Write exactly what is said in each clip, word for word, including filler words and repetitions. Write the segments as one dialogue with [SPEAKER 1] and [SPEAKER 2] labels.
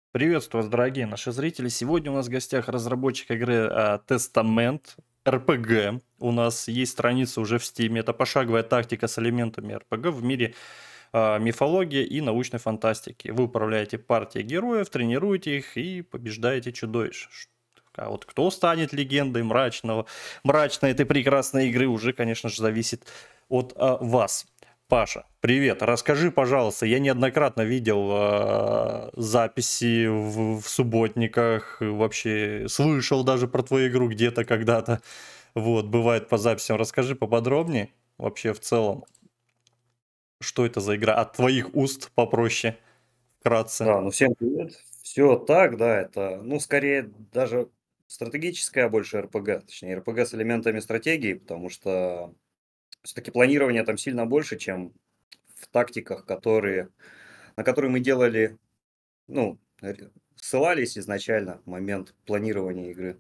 [SPEAKER 1] Приветствую вас, дорогие наши зрители. Сегодня у нас в гостях разработчик игры а, Testament эр пи джи. У нас есть страница уже в Steam. Это пошаговая тактика с элементами эр пи джи в мире а, мифологии и научной фантастики. Вы управляете партией героев, тренируете их и побеждаете чудовищ. Ш- А вот кто станет легендой мрачного, мрачной этой прекрасной игры, уже, конечно же, зависит от а, вас. Паша, привет. Расскажи, пожалуйста, я неоднократно видел э, записи в, в субботниках, вообще слышал даже про твою игру где-то когда-то. Вот, бывает по записям. Расскажи поподробнее, вообще в целом, что это за игра? От твоих уст попроще, вкратце.
[SPEAKER 2] Да, ну всем привет. Все так, да, это, ну, скорее даже стратегическая, а больше эр пи джи, точнее, эр пи джи с элементами стратегии, потому что все-таки планирование там сильно больше, чем в тактиках, которые, на которые мы делали, ну, р- ссылались изначально в момент планирования игры.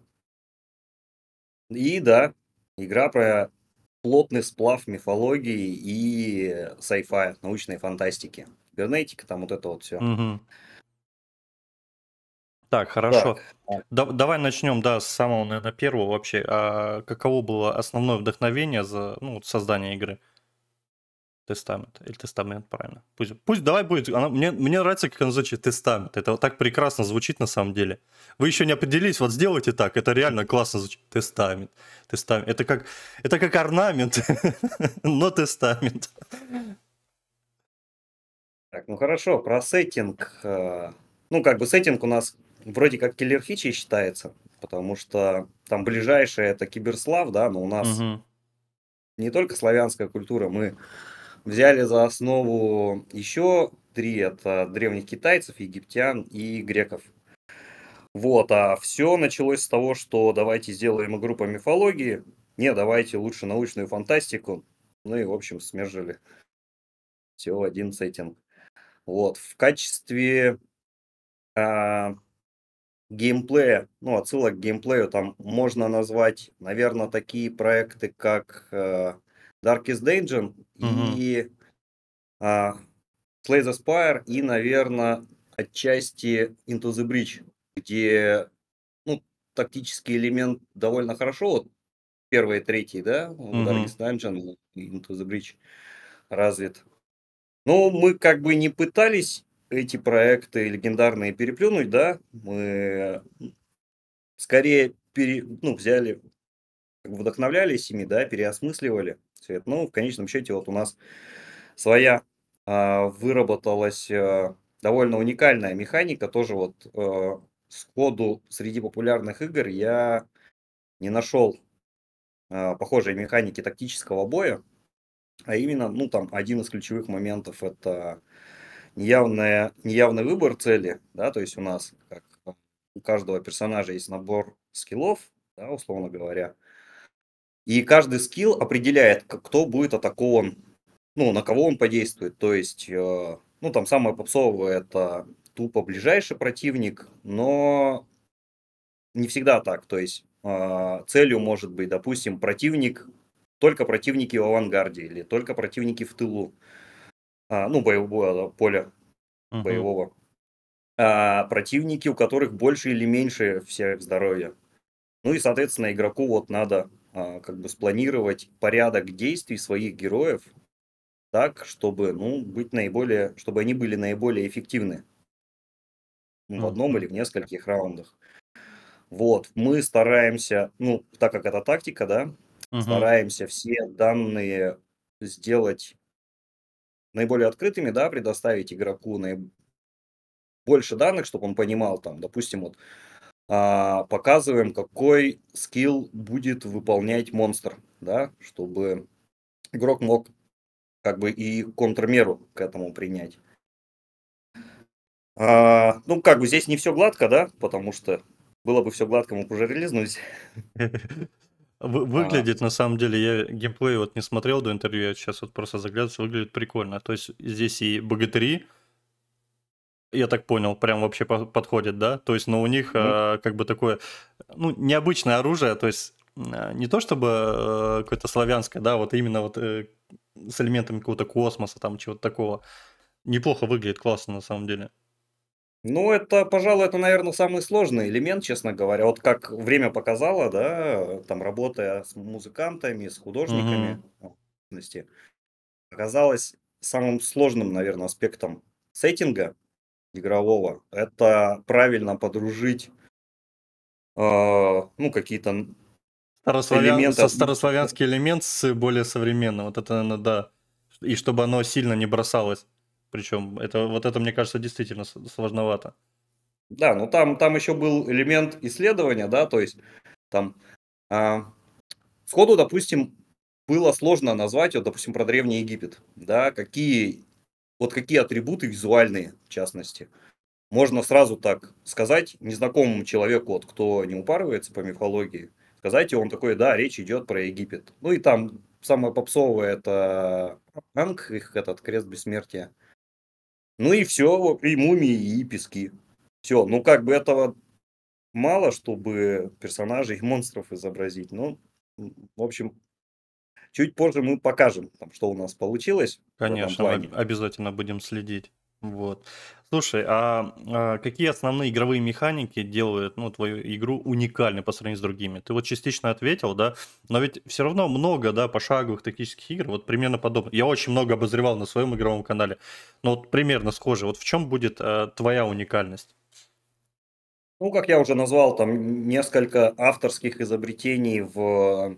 [SPEAKER 2] И да, игра про плотный сплав мифологии и sci-fi, научной фантастики. Кибернетика, там вот это вот все.
[SPEAKER 1] Мгм. Так, хорошо.
[SPEAKER 2] Так,
[SPEAKER 1] Да- давай начнем, да, с самого, наверное, первого вообще. А каково было основное вдохновение за ну, вот создание игры? Тестамент. Или тестамент, правильно. Пусть, пусть давай будет. Она, мне, мне нравится, как она звучит. Тестамент. Это вот так прекрасно звучит на самом деле. Вы еще не определились, вот сделайте так. Это реально классно звучит. Тестамент. Тестамент. Это как, это как орнамент, но тестамент.
[SPEAKER 2] Так, ну хорошо, про сеттинг. э, Ну, как бы сеттинг у нас вроде как киллер фичей считается, потому что там ближайшее это Киберслав, да, но у нас
[SPEAKER 1] Мгм.
[SPEAKER 2] не только славянская культура, мы взяли за основу еще три, это древних китайцев, египтян и греков. Вот, а все началось с того, что давайте сделаем игру по мифологии, не, давайте лучше научную фантастику, ну и, в общем, смержили все в один сеттинг. Вот, в качестве а, геймплея, ну, отсылок к геймплею там можно назвать, наверное, такие проекты, как э, Darkest Dungeon
[SPEAKER 1] Мгм.
[SPEAKER 2] и а, Slay the Spire, и, наверное, отчасти Into the Breach, где, ну, тактический элемент довольно хорошо, вот первый и третий, да, в
[SPEAKER 1] Мгм.
[SPEAKER 2] Darkest Dungeon и Into the Breach развит. Ну, мы как бы не пытались эти проекты легендарные переплюнуть, да, мы скорее пере, ну, взяли, как бы вдохновлялись ими, да, переосмысливали всё это. Ну, в конечном счете, вот у нас своя а, выработалась а, довольно уникальная механика. Тоже вот а, сходу среди популярных игр я не нашел а, похожей механики тактического боя, а именно, ну, там, один из ключевых моментов– это неявная, неявный выбор цели, да, то есть у нас, как у каждого персонажа есть набор скиллов, да, условно говоря, и каждый скилл определяет, к кто будет атакован, ну, на кого он подействует. То есть, э, ну, там самое попсовое- это тупо ближайший противник, но не всегда так. То есть, а, целью может быть, допустим, противник, только противники в авангарде или только противники в тылу, а, ну, боевого поля
[SPEAKER 1] Мгм.
[SPEAKER 2] боевого. А, противники, у которых больше или меньше всех здоровья. Ну и, соответственно, игроку вот надо, а, как бы спланировать порядок действий своих героев так, чтобы, ну, быть наиболее чтобы они были наиболее эффективны в одном
[SPEAKER 1] Мгм.
[SPEAKER 2] или в нескольких раундах. Вот, мы стараемся, ну, так как это тактика, да,
[SPEAKER 1] Мгм.
[SPEAKER 2] стараемся все данные сделать наиболее открытыми, да, предоставить игроку наибольше данных, чтобы он понимал, там, допустим, вот, а, показываем, какой скилл будет выполнять монстр, да, чтобы игрок мог как бы и контрмеру к этому принять. А, ну, как бы здесь не все гладко, да, потому что было бы все гладко, мы бы уже релизнулись.
[SPEAKER 1] Вы-
[SPEAKER 2] А,
[SPEAKER 1] Выглядит, на самом деле, я геймплей вот не смотрел до интервью, я сейчас вот просто заглядываю, выглядит прикольно. То есть здесь и богатыри, я так понял, прям вообще по подходит, да? То есть, но у них,
[SPEAKER 2] мгм.
[SPEAKER 1] а, как бы такое, ну, необычное оружие, то есть, м, а, не то чтобы, э, какое-то славянское, да, вот именно вот, э, с элементами какого-то космоса, там чего-то такого. Неплохо выглядит, классно на самом деле.
[SPEAKER 2] Ну, это, пожалуй, это, наверно, самый сложный элемент, честно говоря. Вот как время показало, да, там, работая с музыкантами, с художниками,
[SPEAKER 1] Мгм.
[SPEAKER 2] в частности, оказалось самым сложным, наверно, аспектом сеттинга игрового- это правильно подружить а, ну, какие-то н
[SPEAKER 1] Старославян
[SPEAKER 2] элементы
[SPEAKER 1] со
[SPEAKER 2] отличия.
[SPEAKER 1] старославянский элемент с более современным. Вот это, наверно, да. И чтобы оно сильно не бросалось. Причем это вот это, мне кажется, действительно с сложновато.
[SPEAKER 2] Да, ну там там еще был элемент исследования, да, то есть там, а, сходу, допустим, было сложно назвать, вот, допустим, про Древний Египет, да, какие вот какие атрибуты визуальные, в частности, можно сразу так сказать незнакомому человеку, вот кто не упарывается по мифологии, сказать, и он такой: "Да, речь идет про Египет". Ну и там самое попсовое- это Анк, их этот крест бессмертия. Ну и всё, и мумии, и пески. Всё, ну, как бы этого мало, чтобы персонажей и монстров изобразить. Ну, м, в общем, чуть позже мы покажем, там, что у нас получилось в этом
[SPEAKER 1] Конечно, мы об
[SPEAKER 2] плане.
[SPEAKER 1] обязательно будем следить. Вот. Слушай, а, а, какие основные игровые механики делают, ну, твою игру уникальной по сравнению с другими? Ты вот частично ответил, да, но ведь всё равно много, да, пошаговых тактических игр, вот примерно подобных. Я очень много обозревал на своем игровом канале, но вот примерно схоже. Вот в чем будет, а, твоя уникальность?
[SPEAKER 2] Ну, как я уже назвал, там н несколько авторских изобретений в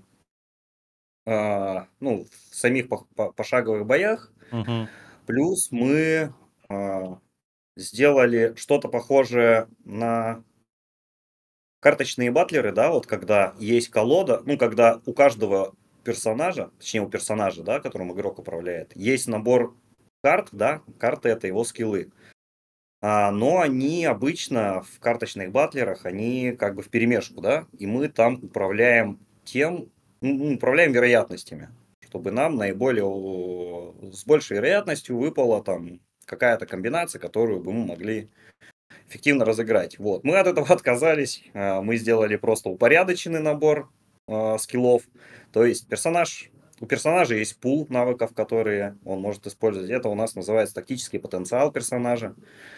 [SPEAKER 2] а, ну, в самих пох по пошаговых боях.
[SPEAKER 1] Мгм.
[SPEAKER 2] Плюс мы, а, сделали что-то похожее на карточные батлеры, да, вот когда есть колода, ну, когда у каждого персонажа, точнее, у персонажа, да, которым игрок управляет, есть набор карт, да, карты- это его скиллы. А, но они обычно в карточных батлерах, они как бы вперемешку, да, и мы там управляем тем, ну ну, управляем вероятностями, чтобы нам наиболее о с большей вероятностью выпала там какая-то комбинация, которую бы мы могли эффективно разыграть. Вот. Мы от этого отказались, а, мы сделали просто упорядоченный набор, а, скиллов. То есть персонаж у персонажа есть пул навыков, которые он может использовать. Это у нас называется тактический потенциал персонажа.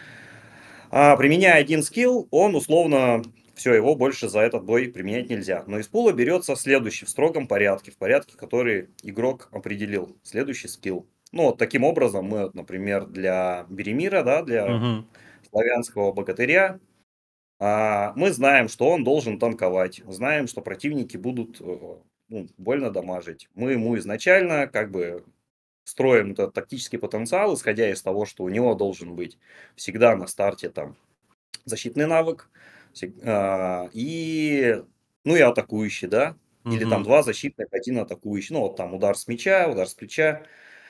[SPEAKER 2] А, применяя один скилл, он условно всё, его больше за этот бой применять нельзя. Но из пула берется следующий в строгом порядке, в порядке, который игрок определил, следующий скилл. Ну, вот таким образом мы вот, например, для Беремира, да, для
[SPEAKER 1] Мгм.
[SPEAKER 2] славянского богатыря, а, мы знаем, что он должен танковать, знаем, что противники будут, э, ну, больно дамажить. Мы ему изначально как бы строим этот тактический потенциал, исходя из того, что у него должен быть всегда на старте там защитный навык, всег а, и, ну, и атакующий, да, или там
[SPEAKER 1] Мгм.
[SPEAKER 2] два защитных, один атакующий. Ну, вот там удар с меча, удар с плеча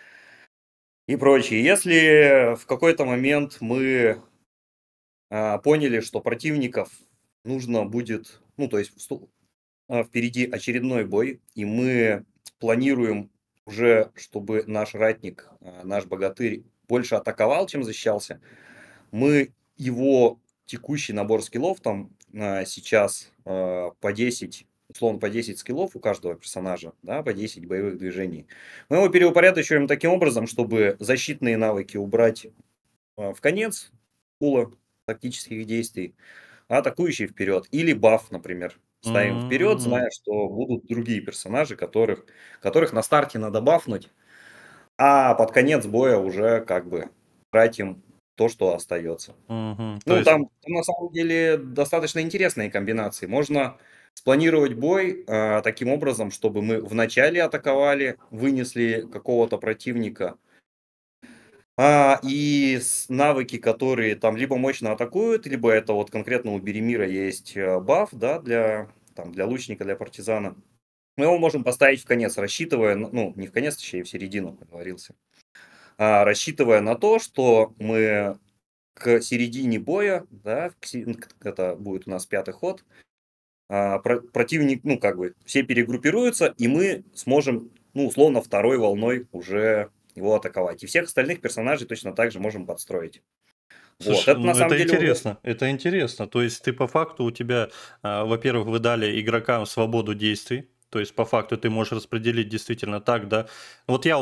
[SPEAKER 2] и прочее. Если в какой-то момент мы а, поняли, что противников нужно будет, ну, то есть всту а, впереди очередной бой, и мы планируем уже, чтобы наш ратник, а, наш богатырь больше атаковал, чем защищался, мы его текущий набор скиллов, там, а, сейчас, а, по десять, условно, по десять скиллов у каждого персонажа, да, по десять боевых движений. Мы его переупорядочиваем таким образом, чтобы защитные навыки убрать, а, в конец пула тактических действий, а атакующие вперед. Или баф, например, ставим вперед,
[SPEAKER 1] М.
[SPEAKER 2] зная, что будут другие персонажи, которых которых на старте надо бафнуть, а под конец боя уже как бы тратим то, что остается.
[SPEAKER 1] Мгм. То
[SPEAKER 2] Ну,
[SPEAKER 1] есть
[SPEAKER 2] там на самом деле достаточно интересные комбинации. Можно спланировать бой, а, таким образом, чтобы мы вначале атаковали, вынесли какого-то противника а, и с навыки, которые там либо мощно атакуют, либо это вот конкретно у Беремира есть, а, баф, да, для там для лучника, для партизана. Мы его можем поставить в конец, рассчитывая, н ну, не в конец, точнее, в середину, оговорился, а, рассчитывая на то, что мы к середине боя, да, к се н к это будет у нас пятый ход, а, про противник, ну, как бы все перегруппируются, и мы сможем, ну, условно, второй волной уже его атаковать. И всех остальных персонажей точно так же можем подстроить. Вот.
[SPEAKER 1] Слушай,
[SPEAKER 2] Это на
[SPEAKER 1] ну
[SPEAKER 2] самом
[SPEAKER 1] это
[SPEAKER 2] деле уже
[SPEAKER 1] интересно, это интересно. То есть ты по факту у тебя, а, во-первых, вы дали игрокам свободу действий, то есть по факту ты можешь распределить действительно так, да. Вот я вот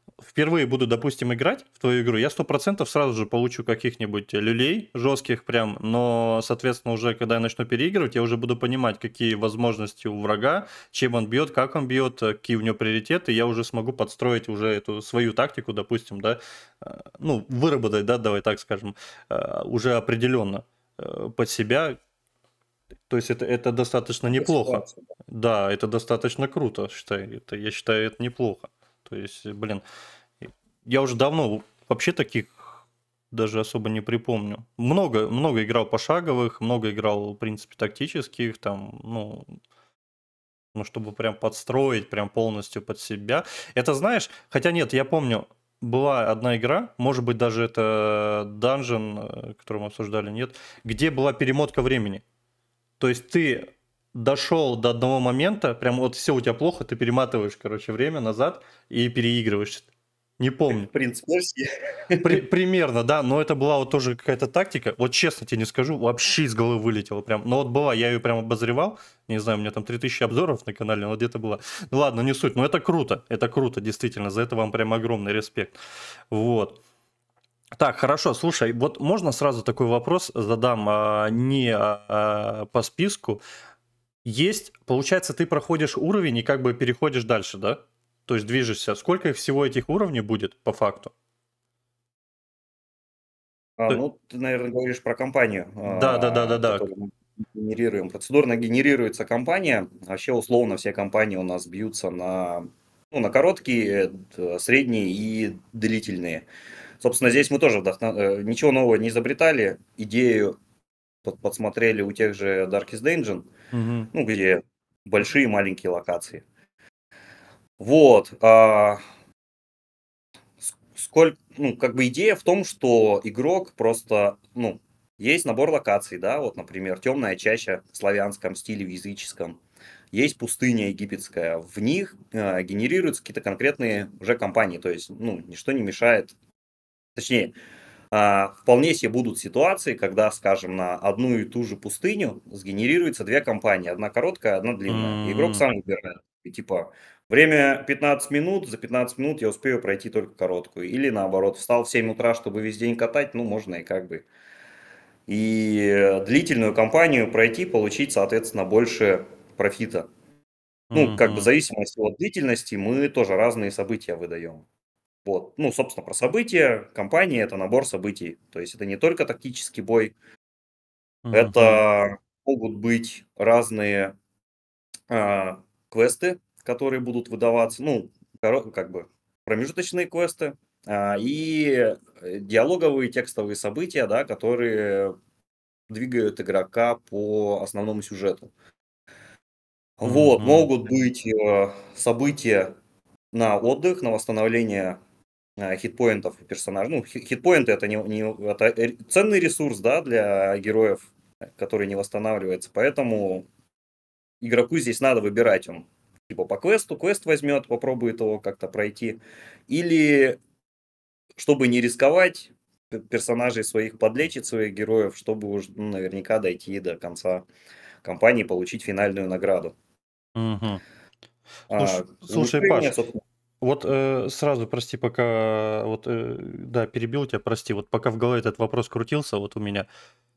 [SPEAKER 1] впервые буду, допустим, играть в твою игру, я сто процентов сразу же получу каких-нибудь люлей жестких прям, но, соответственно, уже когда я начну переигрывать, я уже буду понимать, какие возможности у врага, чем он бьет, как он бьет, э, какие у него приоритеты, я уже смогу подстроить уже эту свою тактику, допустим, да, э, ну, выработать, да, давай так скажем, э, уже определенно э, под себя. То есть это, это достаточно
[SPEAKER 2] По
[SPEAKER 1] неплохо.
[SPEAKER 2] ситуации.
[SPEAKER 1] Да, это достаточно круто, считаю. Это, я считаю, это неплохо. То есть, блин, я уже давно вообще таких даже особо не припомню. Много, много играл пошаговых, много играл, в принципе, тактических, там, ну, ну, чтобы прям подстроить, прям полностью под себя. Это знаешь, хотя нет, я помню, была одна игра, может быть, даже это Dungeon, э, которую мы обсуждали, нет, где была перемотка времени. То есть ты дошел до одного момента, прям вот все у тебя плохо, ты перематываешь, короче, время назад и переигрываешь. Не помню.
[SPEAKER 2] Принц Персии.
[SPEAKER 1] При- примерно, да, но это была вот тоже какая-то тактика. Вот честно тебе не скажу, вообще из головы вылетело прям. Но вот была, я ее прям обозревал. Не знаю, у меня там три тысячи обзоров на канале, но где-то было. Ну ладно, не суть, но это круто, это круто, действительно. За это вам прям огромный респект. Вот. Так, хорошо, слушай, вот можно сразу такой вопрос задам, а, не а, а, по списку. Есть, получается, ты проходишь уровень и как бы переходишь дальше, да? То есть движешься. Сколько их всего этих уровней будет по факту?
[SPEAKER 2] А,
[SPEAKER 1] То-
[SPEAKER 2] ну, ты, наверное, говоришь про компанию,
[SPEAKER 1] Да, да, да, да,
[SPEAKER 2] а,
[SPEAKER 1] да.
[SPEAKER 2] которую мы генерируем. Процедурно генерируется компания. Вообще, условно, все компании у нас бьются на, ну, на короткие, д- средние и длительные. Собственно, здесь мы тоже вдохно- э, ничего нового не изобретали. Идею под- подсмотрели у тех же Darkest Dungeon,
[SPEAKER 1] Мгм.
[SPEAKER 2] ну, где большие и маленькие локации. Вот. а, Сколько, ну, как бы идея в том, что игрок просто, ну, есть набор локаций, да, вот, например, темная чаща в славянском стиле, в языческом, есть пустыня египетская, в них э, генерируются какие-то конкретные уже компании, то есть, ну, ничто не мешает, точнее, а, вполне себе будут ситуации, когда, скажем, на одну и ту же пустыню сгенерируется две компании. Одна короткая, одна длинная. И игрок
[SPEAKER 1] М,
[SPEAKER 2] сам выбирает. И типа, время пятнадцать минут, за пятнадцать минут я успею пройти только короткую. Или наоборот, встал в семь утра, чтобы весь день катать, ну, можно и как бы. И э, длительную кампанию пройти, получить, соответственно, больше профита. Ну, как бы в
[SPEAKER 1] мгм,
[SPEAKER 2] зависимости от длительности мы тоже разные события выдаем. Вот. Ну, собственно, про события. Компания– это набор событий. То есть это не только тактический бой,
[SPEAKER 1] мгм,
[SPEAKER 2] это могут быть разные а, квесты, которые будут выдаваться, ну, коро- как бы промежуточные квесты, а, и э, диалоговые текстовые события, да, которые двигают игрока по основному сюжету. Вот,
[SPEAKER 1] мгм,
[SPEAKER 2] могут быть э, события на отдых, на восстановление э, хитпоинтов у персонажа. Ну, хи- хитпоинты это, не, не- это э, ценный ресурс, да, для героев, э, который не восстанавливается. Поэтому игроку здесь надо выбирать. Он типа по квесту, квест возьмет, попробует его как-то пройти. Или, чтобы не рисковать, п- персонажей своих подлечить, своих героев, чтобы уж ну, наверняка дойти до конца кампании, получить финальную награду.
[SPEAKER 1] мгм. Слуш-
[SPEAKER 2] А,
[SPEAKER 1] Слушай,
[SPEAKER 2] улучшение,
[SPEAKER 1] Паш,
[SPEAKER 2] собственно.
[SPEAKER 1] вот э, сразу, прости, пока вот, э, да, перебил тебя, прости, вот пока в голове этот вопрос крутился, вот у меня.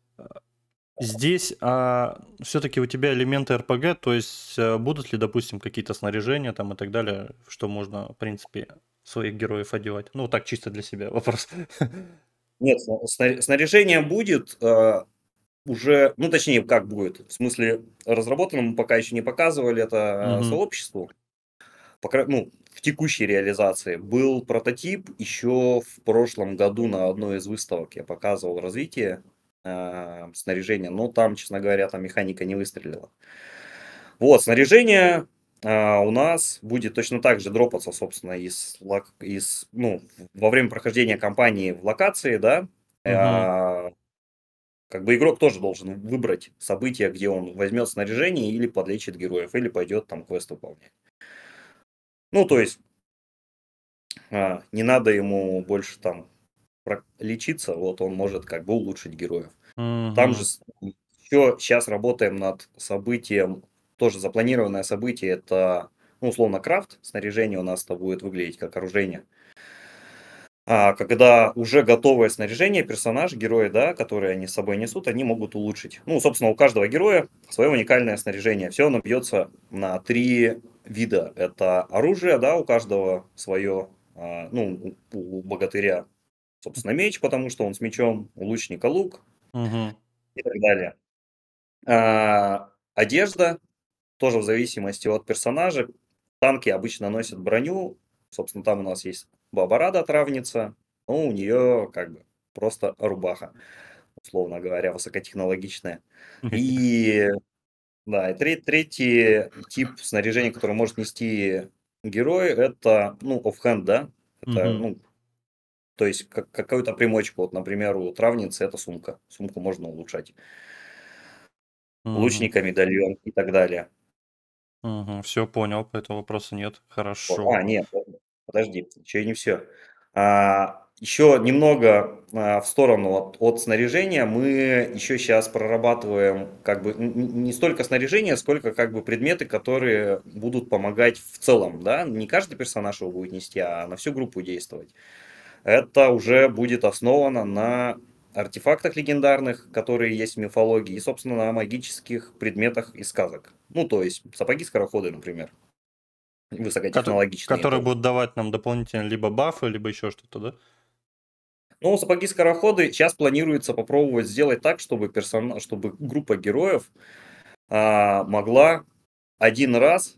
[SPEAKER 1] Здесь все-таки у тебя элементы эр пэ гэ, то есть э, будут ли, допустим, какие-то снаряжения там и так далее, что можно, в принципе, своих героев одевать? Ну, так чисто для себя вопрос.
[SPEAKER 2] Нет, сна- сна- снаряжение будет э, уже, ну точнее, как будет, в смысле, разработанному пока еще не показывали это э,
[SPEAKER 1] Мгм.
[SPEAKER 2] сообществу. По кра- ну, в текущей реализации был прототип еще в прошлом году на одной из выставок. Я показывал развитие э, снаряжения, но там, честно говоря, там механика не выстрелила. Вот, снаряжение э, у нас будет точно так же дропаться, собственно, из, лок- из, ну, во время прохождения кампании в локации, да,
[SPEAKER 1] Мгм.
[SPEAKER 2] Э, как бы игрок тоже должен выбрать событие, где он возьмет снаряжение или подлечит героев, или пойдет там квест выполнять. Ну, то есть а, не надо ему больше там про- лечиться, вот он может как бы улучшить героев. Там же
[SPEAKER 1] Мгм.
[SPEAKER 2] еще сейчас работаем над событием, тоже запланированное событие, это, ну, условно, крафт, снаряжение у нас-то будет выглядеть как оружие. А, когда уже готовое снаряжение, персонажи, герои, да, которые они с собой несут, они могут улучшить. Ну, собственно, у каждого героя свое уникальное снаряжение. Все оно бьется на три вида. Это оружие, да, у каждого свое. А, ну, у, у богатыря, собственно, меч, потому что он с мечом, у лучника лук
[SPEAKER 1] Мгм.
[SPEAKER 2] и так далее. А, одежда, тоже в зависимости от персонажа. Танки обычно носят броню. Собственно, там у нас есть Баба-Рада, травница. Ну, у нее как бы просто рубаха, условно говоря, высокотехнологичная. И да, и тре- третий тип снаряжения, который может нести герой, это, ну, оффхенд, да? Это,
[SPEAKER 1] Мгм.
[SPEAKER 2] ну, то есть как, какую-то примочку. Вот, например, у травницы это сумка. Сумку можно улучшать. У
[SPEAKER 1] Мгм.
[SPEAKER 2] лучника медальон и так далее.
[SPEAKER 1] Мгм. Все понял, по этому вопроса нет.
[SPEAKER 2] Вот.
[SPEAKER 1] Хорошо.
[SPEAKER 2] А, нет, ладно, подожди, еще и не все. Еще немного а, в сторону от, от снаряжения мы еще сейчас прорабатываем как бы н- н- не столько снаряжение, сколько как бы предметы, которые будут помогать в целом, да, не каждый персонаж его будет нести, а на всю группу действовать. Это уже будет основано на артефактах легендарных, которые есть в мифологии, и, собственно, на магических предметах из сказок. Ну, то есть сапоги-скороходы, например,
[SPEAKER 1] Кото
[SPEAKER 2] высокотехнологичные
[SPEAKER 1] Которые
[SPEAKER 2] тоже.
[SPEAKER 1] будут давать нам дополнительно либо бафы, либо еще что-то, да?
[SPEAKER 2] Ну, сапоги-скороходы сейчас планируется попробовать сделать так, чтобы, персона... чтобы группа героев а, могла один раз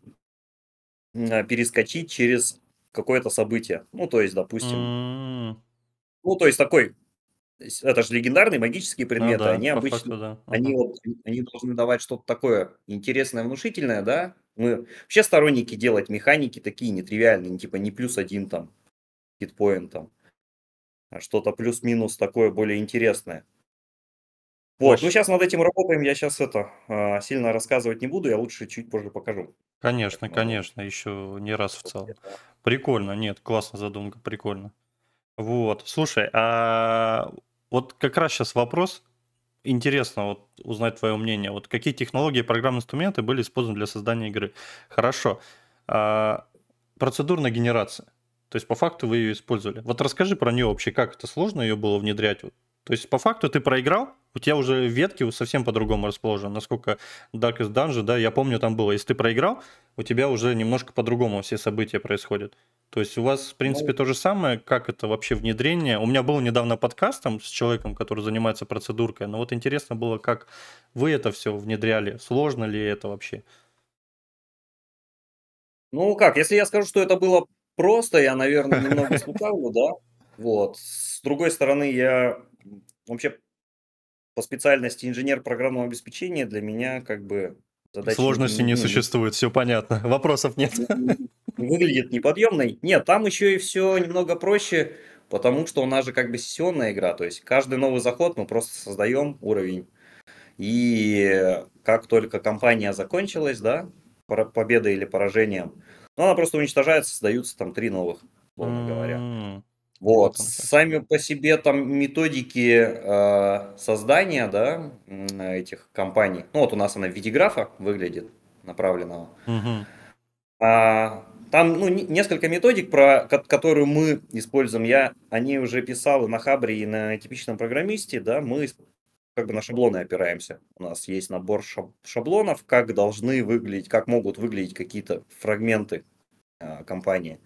[SPEAKER 2] м, перескочить через какое-то событие. Ну, то есть, допустим,
[SPEAKER 1] М.
[SPEAKER 2] ну, то есть такой, с- это же легендарные магические
[SPEAKER 1] Ну
[SPEAKER 2] предметы,
[SPEAKER 1] да,
[SPEAKER 2] они
[SPEAKER 1] по
[SPEAKER 2] обычно,
[SPEAKER 1] факту да.
[SPEAKER 2] они
[SPEAKER 1] Мгм.
[SPEAKER 2] вот, они должны давать что-то такое интересное, внушительное, да? Мы вообще сторонники делать механики такие нетривиальные, ну, типа не плюс один там, хитпоинт там, а что-то плюс-минус такое более интересное. Вот, ну
[SPEAKER 1] Ващ
[SPEAKER 2] сейчас над этим работаем, я сейчас это, а, сильно рассказывать не буду, я лучше чуть позже покажу, как
[SPEAKER 1] Конечно,
[SPEAKER 2] мы это
[SPEAKER 1] конечно, еще не раз в целом.
[SPEAKER 2] да.
[SPEAKER 1] Прикольно, нет, классная задумка, прикольно. Вот, слушай, а вот как раз сейчас вопрос. Интересно вот узнать твое мнение. Вот какие технологии и программные инструменты были использованы для создания игры? Хорошо. А, процедурная генерация. То есть по факту вы ее использовали. Вот расскажи про нее вообще, как это сложно ее было внедрять? Вот. То есть по факту ты проиграл, у тебя уже ветки совсем по-другому расположены. Насколько Darkest Dungeon, да, я помню, там было, если ты проиграл, у тебя уже немножко по-другому все события происходят. То есть у вас, в принципе,
[SPEAKER 2] Ну,
[SPEAKER 1] то же самое, как это вообще внедрение. У меня был недавно подкаст там с человеком, который занимается процедуркой, но вот интересно было, как вы это все внедряли, сложно ли это вообще?
[SPEAKER 2] ну как, если я скажу, что это было просто, я, наверное, немного слукавлю, да. Вот. С другой стороны, я м, вообще по специальности инженер программного обеспечения, для меня как бы задача не,
[SPEAKER 1] Сложности
[SPEAKER 2] не-
[SPEAKER 1] не
[SPEAKER 2] ну, не
[SPEAKER 1] существует, все понятно, вопросов нет.
[SPEAKER 2] не- не- не выглядит неподъемной. Нет, там еще и все немного проще, потому что у нас же как бы сессионная игра, то есть каждый новый заход мы просто создаем уровень. И как только кампания закончилась, да, пора- победой или поражением, ну, она просто уничтожается, создаются там три новых, условно говоря.
[SPEAKER 1] М,
[SPEAKER 2] Вот,
[SPEAKER 1] вот оно как.
[SPEAKER 2] сами по себе там методики э, создания, да, м, этих компаний, ну, вот у нас она в виде графа выглядит, направленного.
[SPEAKER 1] Мгм.
[SPEAKER 2] А, там, ну, не- несколько методик, про, ко- которые мы используем. Я они уже писал и на Хабре, и на типичном программисте, да, мы исп- как бы на шаблоны опираемся. У нас есть набор шаб- шаблонов, как должны выглядеть, как могут выглядеть какие-то фрагменты а, компании.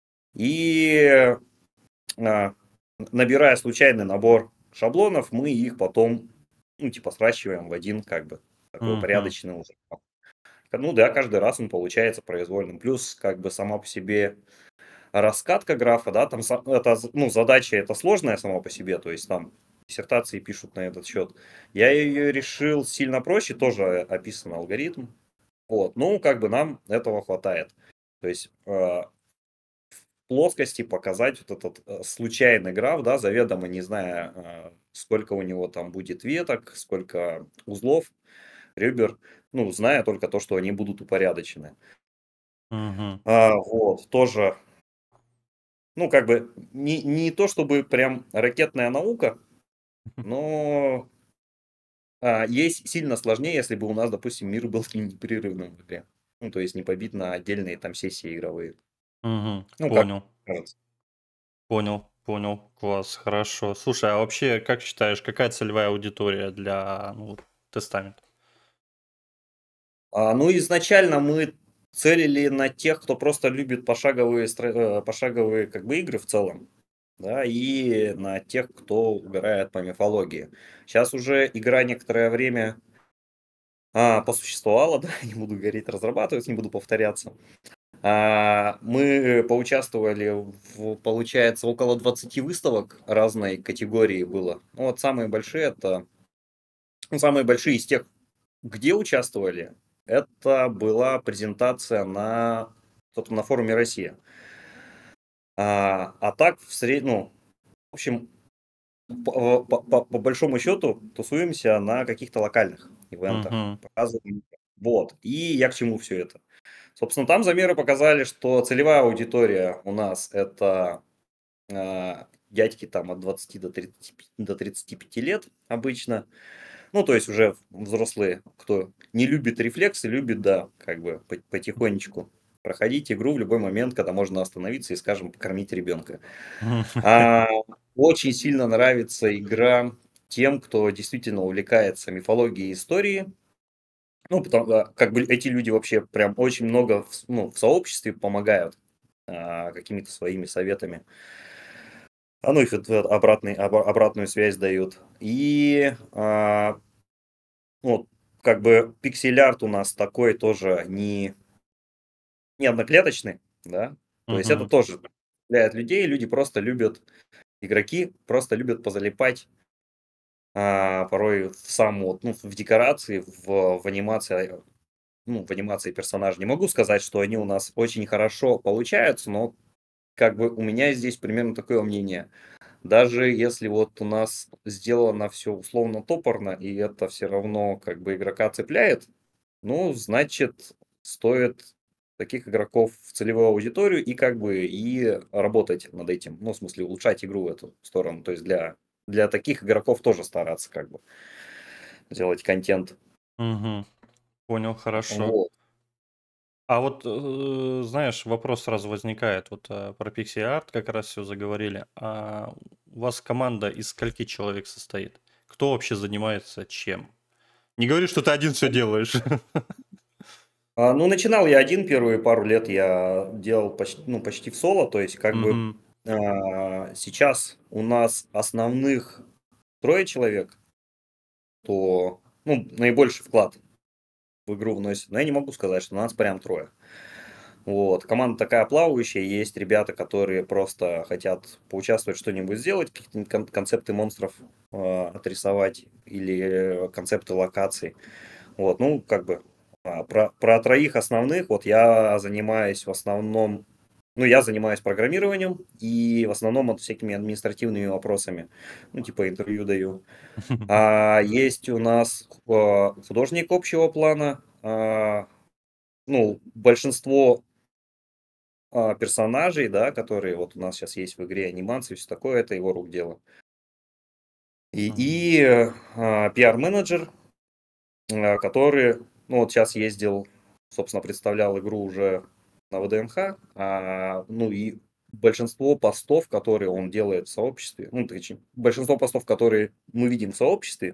[SPEAKER 2] И а, набирая случайный набор шаблонов, мы их потом, ну, типа, сращиваем в один, как бы, такой
[SPEAKER 1] Мгм.
[SPEAKER 2] упорядоченный узор. Ну да, каждый раз он получается произвольным. Плюс, как бы, сама по себе раскатка графа, да, там са- это, з- ну, задача это сложная сама по себе, то есть там диссертации пишут на этот счет. Я ее решил сильно проще, тоже описан алгоритм. Вот, ну, как бы нам этого хватает. То есть э, в плоскости показать вот этот э, случайный граф, да, заведомо не зная, э, сколько у него там будет веток, сколько узлов, ребер, ну, зная только то, что они будут упорядочены.
[SPEAKER 1] Мгм.
[SPEAKER 2] А, вот, тоже, ну, как бы не, не то чтобы прям ракетная наука, но а, есть сильно сложнее, если бы у нас, допустим, мир был непрерывным в игре. Ну, то есть не побит на отдельные там сессии игровые.
[SPEAKER 1] Мгм.
[SPEAKER 2] Ну, как
[SPEAKER 1] Понял,
[SPEAKER 2] кажется.
[SPEAKER 1] понял. Понял, класс, хорошо. Слушай, а вообще, как считаешь, какая целевая аудитория для, ну, вот, тестамента?
[SPEAKER 2] А, ну, изначально мы целили на тех, кто просто любит пошаговые, стра- э, пошаговые как бы игры в целом, да, и на тех, кто угорает по мифологии. Сейчас уже игра некоторое время а, посуществовала, да, не буду говорить разрабатывать, не буду повторяться. А, мы поучаствовали в, получается, около двадцати выставок разной категории было. Ну, вот самые большие это, ну, самые большие из тех, где участвовали, это была презентация на, собственно, на форуме «Россия». А, а так, в сред... ну, в общем, по, по- по- по большому счету тусуемся на каких-то локальных ивентах.
[SPEAKER 1] Мгм.
[SPEAKER 2] Показываем. Вот. И я к чему все это? Собственно, там замеры показали, что целевая аудитория у нас это а, дядьки там от двадцати до тридцати, пяти до тридцати пяти лет обычно. Ну, то есть уже взрослые, кто не любит рефлексы, любит, да, как бы по- потихонечку проходить игру в любой момент, когда можно остановиться и, скажем, покормить ребенка. А, очень сильно нравится игра тем, кто действительно увлекается мифологией и историей. Ну, потому а, как бы эти люди вообще прям очень много в, с- ну, в сообществе помогают а, какими-то своими советами. А ну, их вот, вот обратный, обо- обратную связь дают. И а, вот, как бы пиксель-арт у нас такой тоже не, не одноклеточный, да. То есть это
[SPEAKER 1] Мгм.
[SPEAKER 2] тоже цепляет людей, люди просто любят, игроки просто любят позалипать а, порой в сам вот, ну, в декорации, в, в анимации, ну, в анимации персонажа. Не могу сказать, что они у нас очень хорошо получаются, но как бы у меня здесь примерно такое мнение. Даже если вот у нас сделано все условно топорно, и это все равно как бы игрока цепляет, ну, значит, стоит таких игроков в целевую аудиторию и как бы и работать над этим. Ну, в смысле, улучшать игру в эту сторону. То есть для, для таких игроков тоже стараться как бы делать контент.
[SPEAKER 1] Мгм. Понял, хорошо.
[SPEAKER 2] Вот.
[SPEAKER 1] А вот, э, знаешь, вопрос сразу возникает. Вот, э, про Pixie Art как раз все заговорили. А у вас команда из скольки человек состоит? Кто вообще занимается чем? Не говори, что ты один все делаешь.
[SPEAKER 2] А, ну, начинал я один, первые пару лет я делал почти, ну, почти в соло, то есть как бы
[SPEAKER 1] Мгм.
[SPEAKER 2] а, сейчас у нас основных трое человек, то ну, наибольший вклад в игру вносит, но я не могу сказать, что нас прям трое. Вот. Команда такая плавающая, есть ребята, которые просто хотят поучаствовать, что-нибудь сделать, какие-то кон- концепты монстров э, отрисовать или концепты локаций. Вот, ну, как бы а, про, про троих основных, вот я занимаюсь в основном, ну, я занимаюсь программированием и в основном от всякими административными вопросами, ну, типа интервью даю. А есть у нас э, художник общего плана, а, ну, большинство а, персонажей, да, которые вот у нас сейчас есть в игре, анимации, все такое, это его рук дело. И,
[SPEAKER 1] Мгм.
[SPEAKER 2] и э, а, пиар-менеджер, э, который, ну вот сейчас ездил, собственно, представлял игру уже на вэ дэ эм ха, а, ну и большинство постов, которые он делает в сообществе, ну, точнее, большинство постов, которые мы видим в сообществе,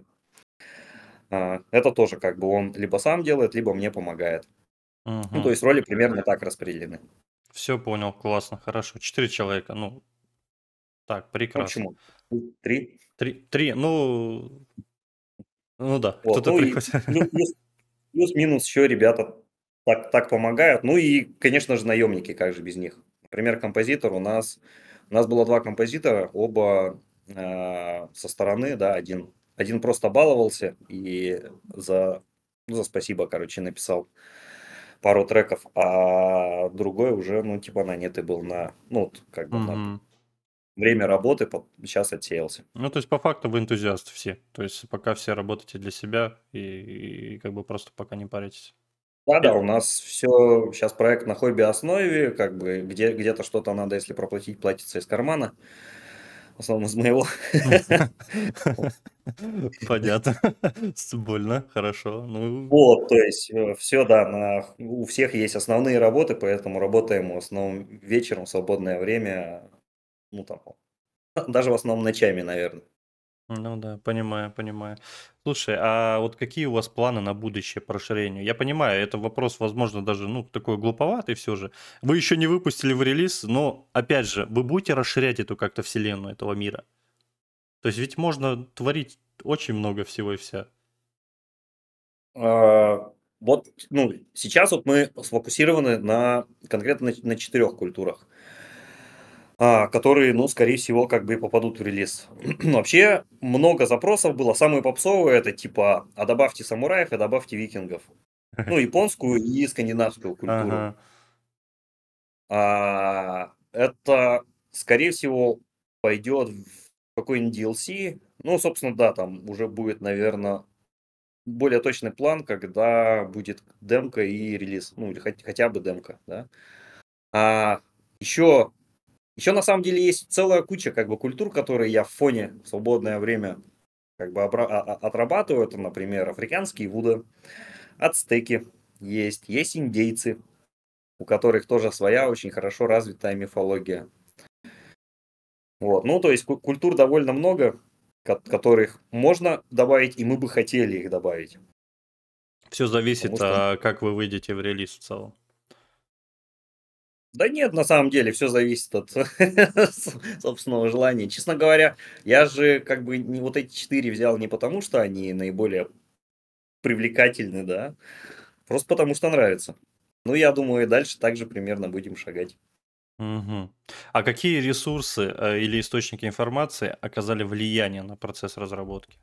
[SPEAKER 2] а, это тоже как бы он либо сам делает, либо мне помогает. Ну, то
[SPEAKER 1] Мгм.
[SPEAKER 2] есть роли примерно так распределены.
[SPEAKER 1] Всё понял, классно, хорошо. Четыре человека, ну, так,
[SPEAKER 2] Ну,
[SPEAKER 1] прекрасно.
[SPEAKER 2] почему? Три.
[SPEAKER 1] Три, три, ну ну да,
[SPEAKER 2] Вот,
[SPEAKER 1] кто-то
[SPEAKER 2] ну и
[SPEAKER 1] приходит.
[SPEAKER 2] плюс, плюс плюс-минус еще ребята так так помогают. Ну и, конечно же, наемники, как же без них. Например, композитор у нас у нас было два композитора, оба, а, со стороны, да. Один один просто баловался и за ну, за спасибо, короче, написал пару треков, а другой уже, ну, типа наняты был на, ну, вот как бы на
[SPEAKER 1] Мгм.
[SPEAKER 2] время работы, сейчас отсеялся.
[SPEAKER 1] Ну, то есть по факту вы энтузиасты все. То есть пока все работаете для себя и и как бы просто пока не паритесь.
[SPEAKER 2] Да-да,
[SPEAKER 1] Эль
[SPEAKER 2] у нас все сейчас проект на хобби-основе, как бы где где-то что-то надо, если проплатить, платится из кармана, в основном из моего.
[SPEAKER 1] Понятно. С больно, хорошо. Ну,
[SPEAKER 2] Вот, то есть, все, да, на у всех есть основные работы, поэтому работаем в основном вечером, в свободное время, ну, там Даже в основном ночами, наверное.
[SPEAKER 1] Ну да, понимаю, понимаю. Слушай, а вот какие у вас планы на будущее по расширению? Я понимаю, это вопрос, возможно, даже, ну, такой глуповатый все же. Вы еще не выпустили в релиз, но, опять же, вы будете расширять эту как-то вселенную этого мира? То есть ведь можно творить очень много всего и вся.
[SPEAKER 2] А, вот, ну, сейчас вот мы сфокусированы на конкретно на на четырёх культурах, а, которые, ну, скорее всего, как бы и попадут в релиз. Вообще много запросов было. Самые попсовые — это типа: "А добавьте самураев, а добавьте викингов". Ну, японскую и скандинавскую культуру.
[SPEAKER 1] Ага.
[SPEAKER 2] А, это, скорее всего, пойдет в какой-нибудь ди эл си. Ну, собственно, да, там уже будет, наверно, более точный план, когда будет демка и релиз. Ну, или хоть хотя бы демка, да. А, еще еще на самом деле есть целая куча как бы культур, которые я в фоне в свободное время как бы обра а а отрабатываю. Это, например, африканские вуду, ацтеки есть, есть индейцы, у которых тоже своя очень хорошо развитая мифология. Вот, ну, то есть ку культур довольно много, ко которых можно добавить, и мы бы хотели их добавить.
[SPEAKER 1] Все
[SPEAKER 2] Потому
[SPEAKER 1] зависит,
[SPEAKER 2] что,
[SPEAKER 1] а, как вы выйдете в релиз в целом.
[SPEAKER 2] да нет, на самом деле все зависит от с собственного желания. Честно говоря, я же как бы не вот эти четыре взял не потому, что они наиболее привлекательны, да, просто потому что нравится. Ну, я думаю, и дальше так же примерно будем шагать.
[SPEAKER 1] Мгм. А какие ресурсы, э, или источники информации оказали влияние на процесс разработки?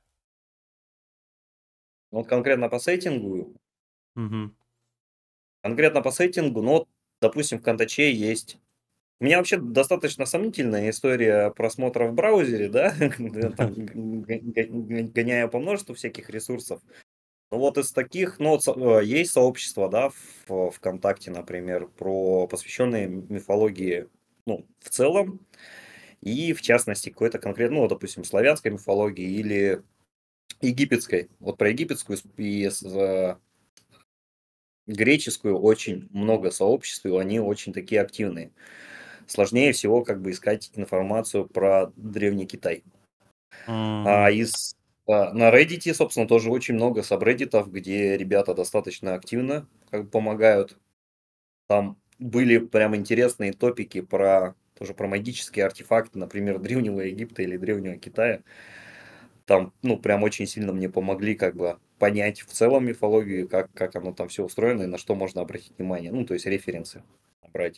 [SPEAKER 2] Вот конкретно по сеттингу
[SPEAKER 1] Мгм.
[SPEAKER 2] конкретно по сеттингу, ну вот, допустим, в "Контаче" есть. У меня вообще достаточно сомнительная история просмотра в браузере, да, когда там г г г г гоняя по множеству всяких ресурсов. Ну вот из таких, ну вот со э, есть сообщество, да, в "ВКонтакте", например, про посвященные мифологии, ну, в целом, и в частности какой-то конкретно, ну, вот, допустим, славянской мифологии или египетской. Вот про египетскую с и с э, греческую очень много сообществ, и они очень такие активные. Сложнее всего как бы искать информацию про Древний Китай. А
[SPEAKER 1] Мгм.
[SPEAKER 2] из а, на "Реддите", собственно, тоже очень много сабреддитов, где ребята достаточно активно как бы помогают. Там были прям интересные топики про тоже про магические артефакты, например, Древнего Египта или Древнего Китая. Там, ну, прям очень сильно мне помогли как бы понять в целом мифологию, как как оно там все устроено и на что можно обратить внимание. Ну, то есть референсы брать.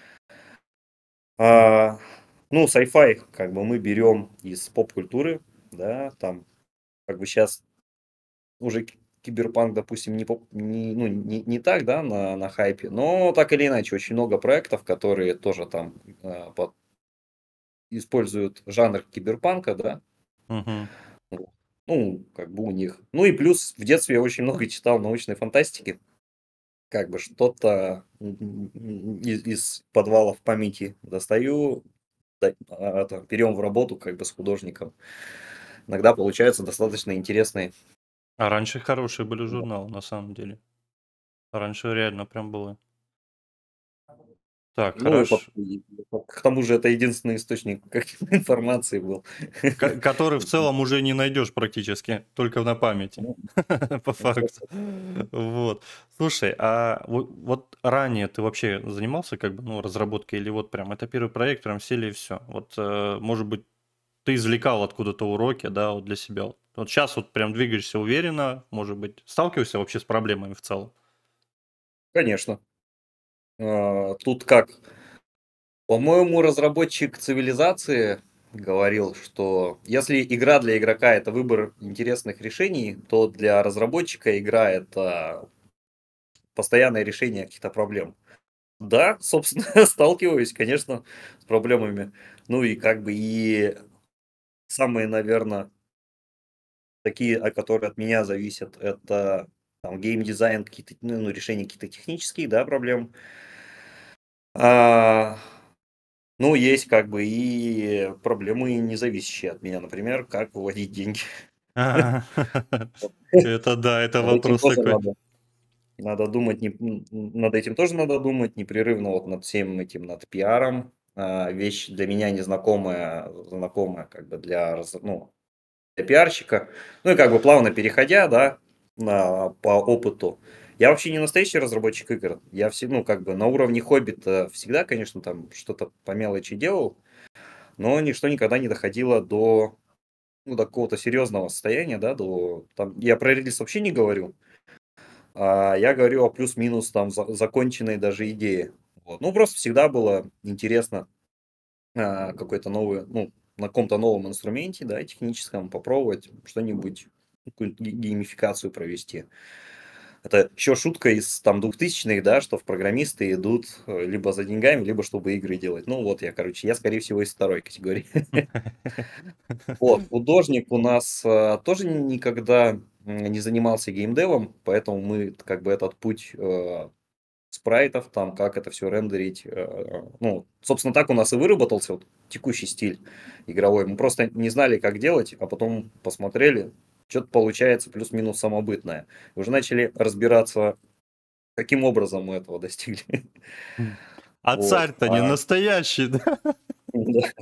[SPEAKER 2] А, ну, sci-fi как бы мы берем из поп-культуры, да, там как бы сейчас уже ки киберпанк, допустим, не поп не ну, не не так, да, на на хайпе, но так или иначе очень много проектов, которые тоже там, а, под используют жанр киберпанка, да.
[SPEAKER 1] Мгм.
[SPEAKER 2] Вот. Ну, как бы у них. Ну и плюс в детстве я очень много читал научной фантастики. Как бы что-то, м, м, из из подвалов памяти достаю, да, а, это берем в работу как бы с художником. Иногда получаются достаточно интересные.
[SPEAKER 1] А раньше хорошие были
[SPEAKER 2] Вот.
[SPEAKER 1] журналы, на самом деле. Раньше реально прям было. Так,
[SPEAKER 2] Ну и пот
[SPEAKER 1] хорошо.
[SPEAKER 2] и по к тому же это единственный источник как информации был.
[SPEAKER 1] Ко который в целом уже не найдешь практически, только на памяти,
[SPEAKER 2] Ну,
[SPEAKER 1] по
[SPEAKER 2] ну,
[SPEAKER 1] факту. Вот. Слушай, а во вот ранее ты вообще занимался как бы, ну, разработкой или вот прям это первый проект, прям сели и всё? Вот, э, может быть, ты извлекал откуда-то уроки, да, вот для себя вот. Вот щас вот прям двигаешься уверенно, может быть, сталкиваешься вообще с проблемами в целом?
[SPEAKER 2] конечно. А, тут как, по-моему, разработчик "Цивилизации" говорил, что если игра для игрока — это выбор интересных решений, то для разработчика игра — это постоянное решение каких-то проблем. Да, собственно, сталкиваюсь, конечно, с проблемами. Ну и как бы и самые, наверно, такие, а, которые от меня зависят — это там геймдизайн, какие-то, ну ну, решения какие-то технические, да, проблем. А, ну, есть как бы и проблемы, не зависящие от меня, например, как выводить деньги.
[SPEAKER 1] Это да, это
[SPEAKER 2] Над этим
[SPEAKER 1] вопрос
[SPEAKER 2] тоже
[SPEAKER 1] такой.
[SPEAKER 2] надо надо думать, не м, м, над этим тоже надо думать непрерывно, вот над всем этим, над пиаром, а, вещь для меня незнакомая, знакомая как бы для, раз- ну, для пиарщика. Ну и как бы плавно переходя, да, на, по опыту. Я вообще не настоящий разработчик игр. Я все, ну, как бы на уровне хобби-то всегда, конечно, там что-то по мелочи делал, но ничто никогда не доходило до, ну, до какого-то серьезного состояния, да, до, там, я про релиз вообще не говорю, а я говорю о плюс-минус там за- законченной даже идее. Вот. Ну, просто всегда было интересно а, какой-то новый, ну, на каком-то новом инструменте, да, техническом попробовать что-нибудь, какую-нибудь ге- геймификацию провести. Это еще шутка из там двухтысячных, да, что в программисты идут э, либо за деньгами, либо чтобы игры делать. Ну вот я, короче, я, скорее всего, из второй категории. Вот, художник у нас э, тоже никогда м, не занимался геймдевом, поэтому мы как бы этот путь э, спрайтов, там, как это все рендерить. э, Ну, собственно, так у нас и выработался вот текущий стиль игровой. Мы просто не знали, как делать, а потом посмотрели, что-то получается плюс-минус самобытное. И уже начали разбираться, каким образом мы этого достигли.
[SPEAKER 1] А
[SPEAKER 2] Вот.
[SPEAKER 1] царь-то не
[SPEAKER 2] А,
[SPEAKER 1] настоящий, да?
[SPEAKER 2] да.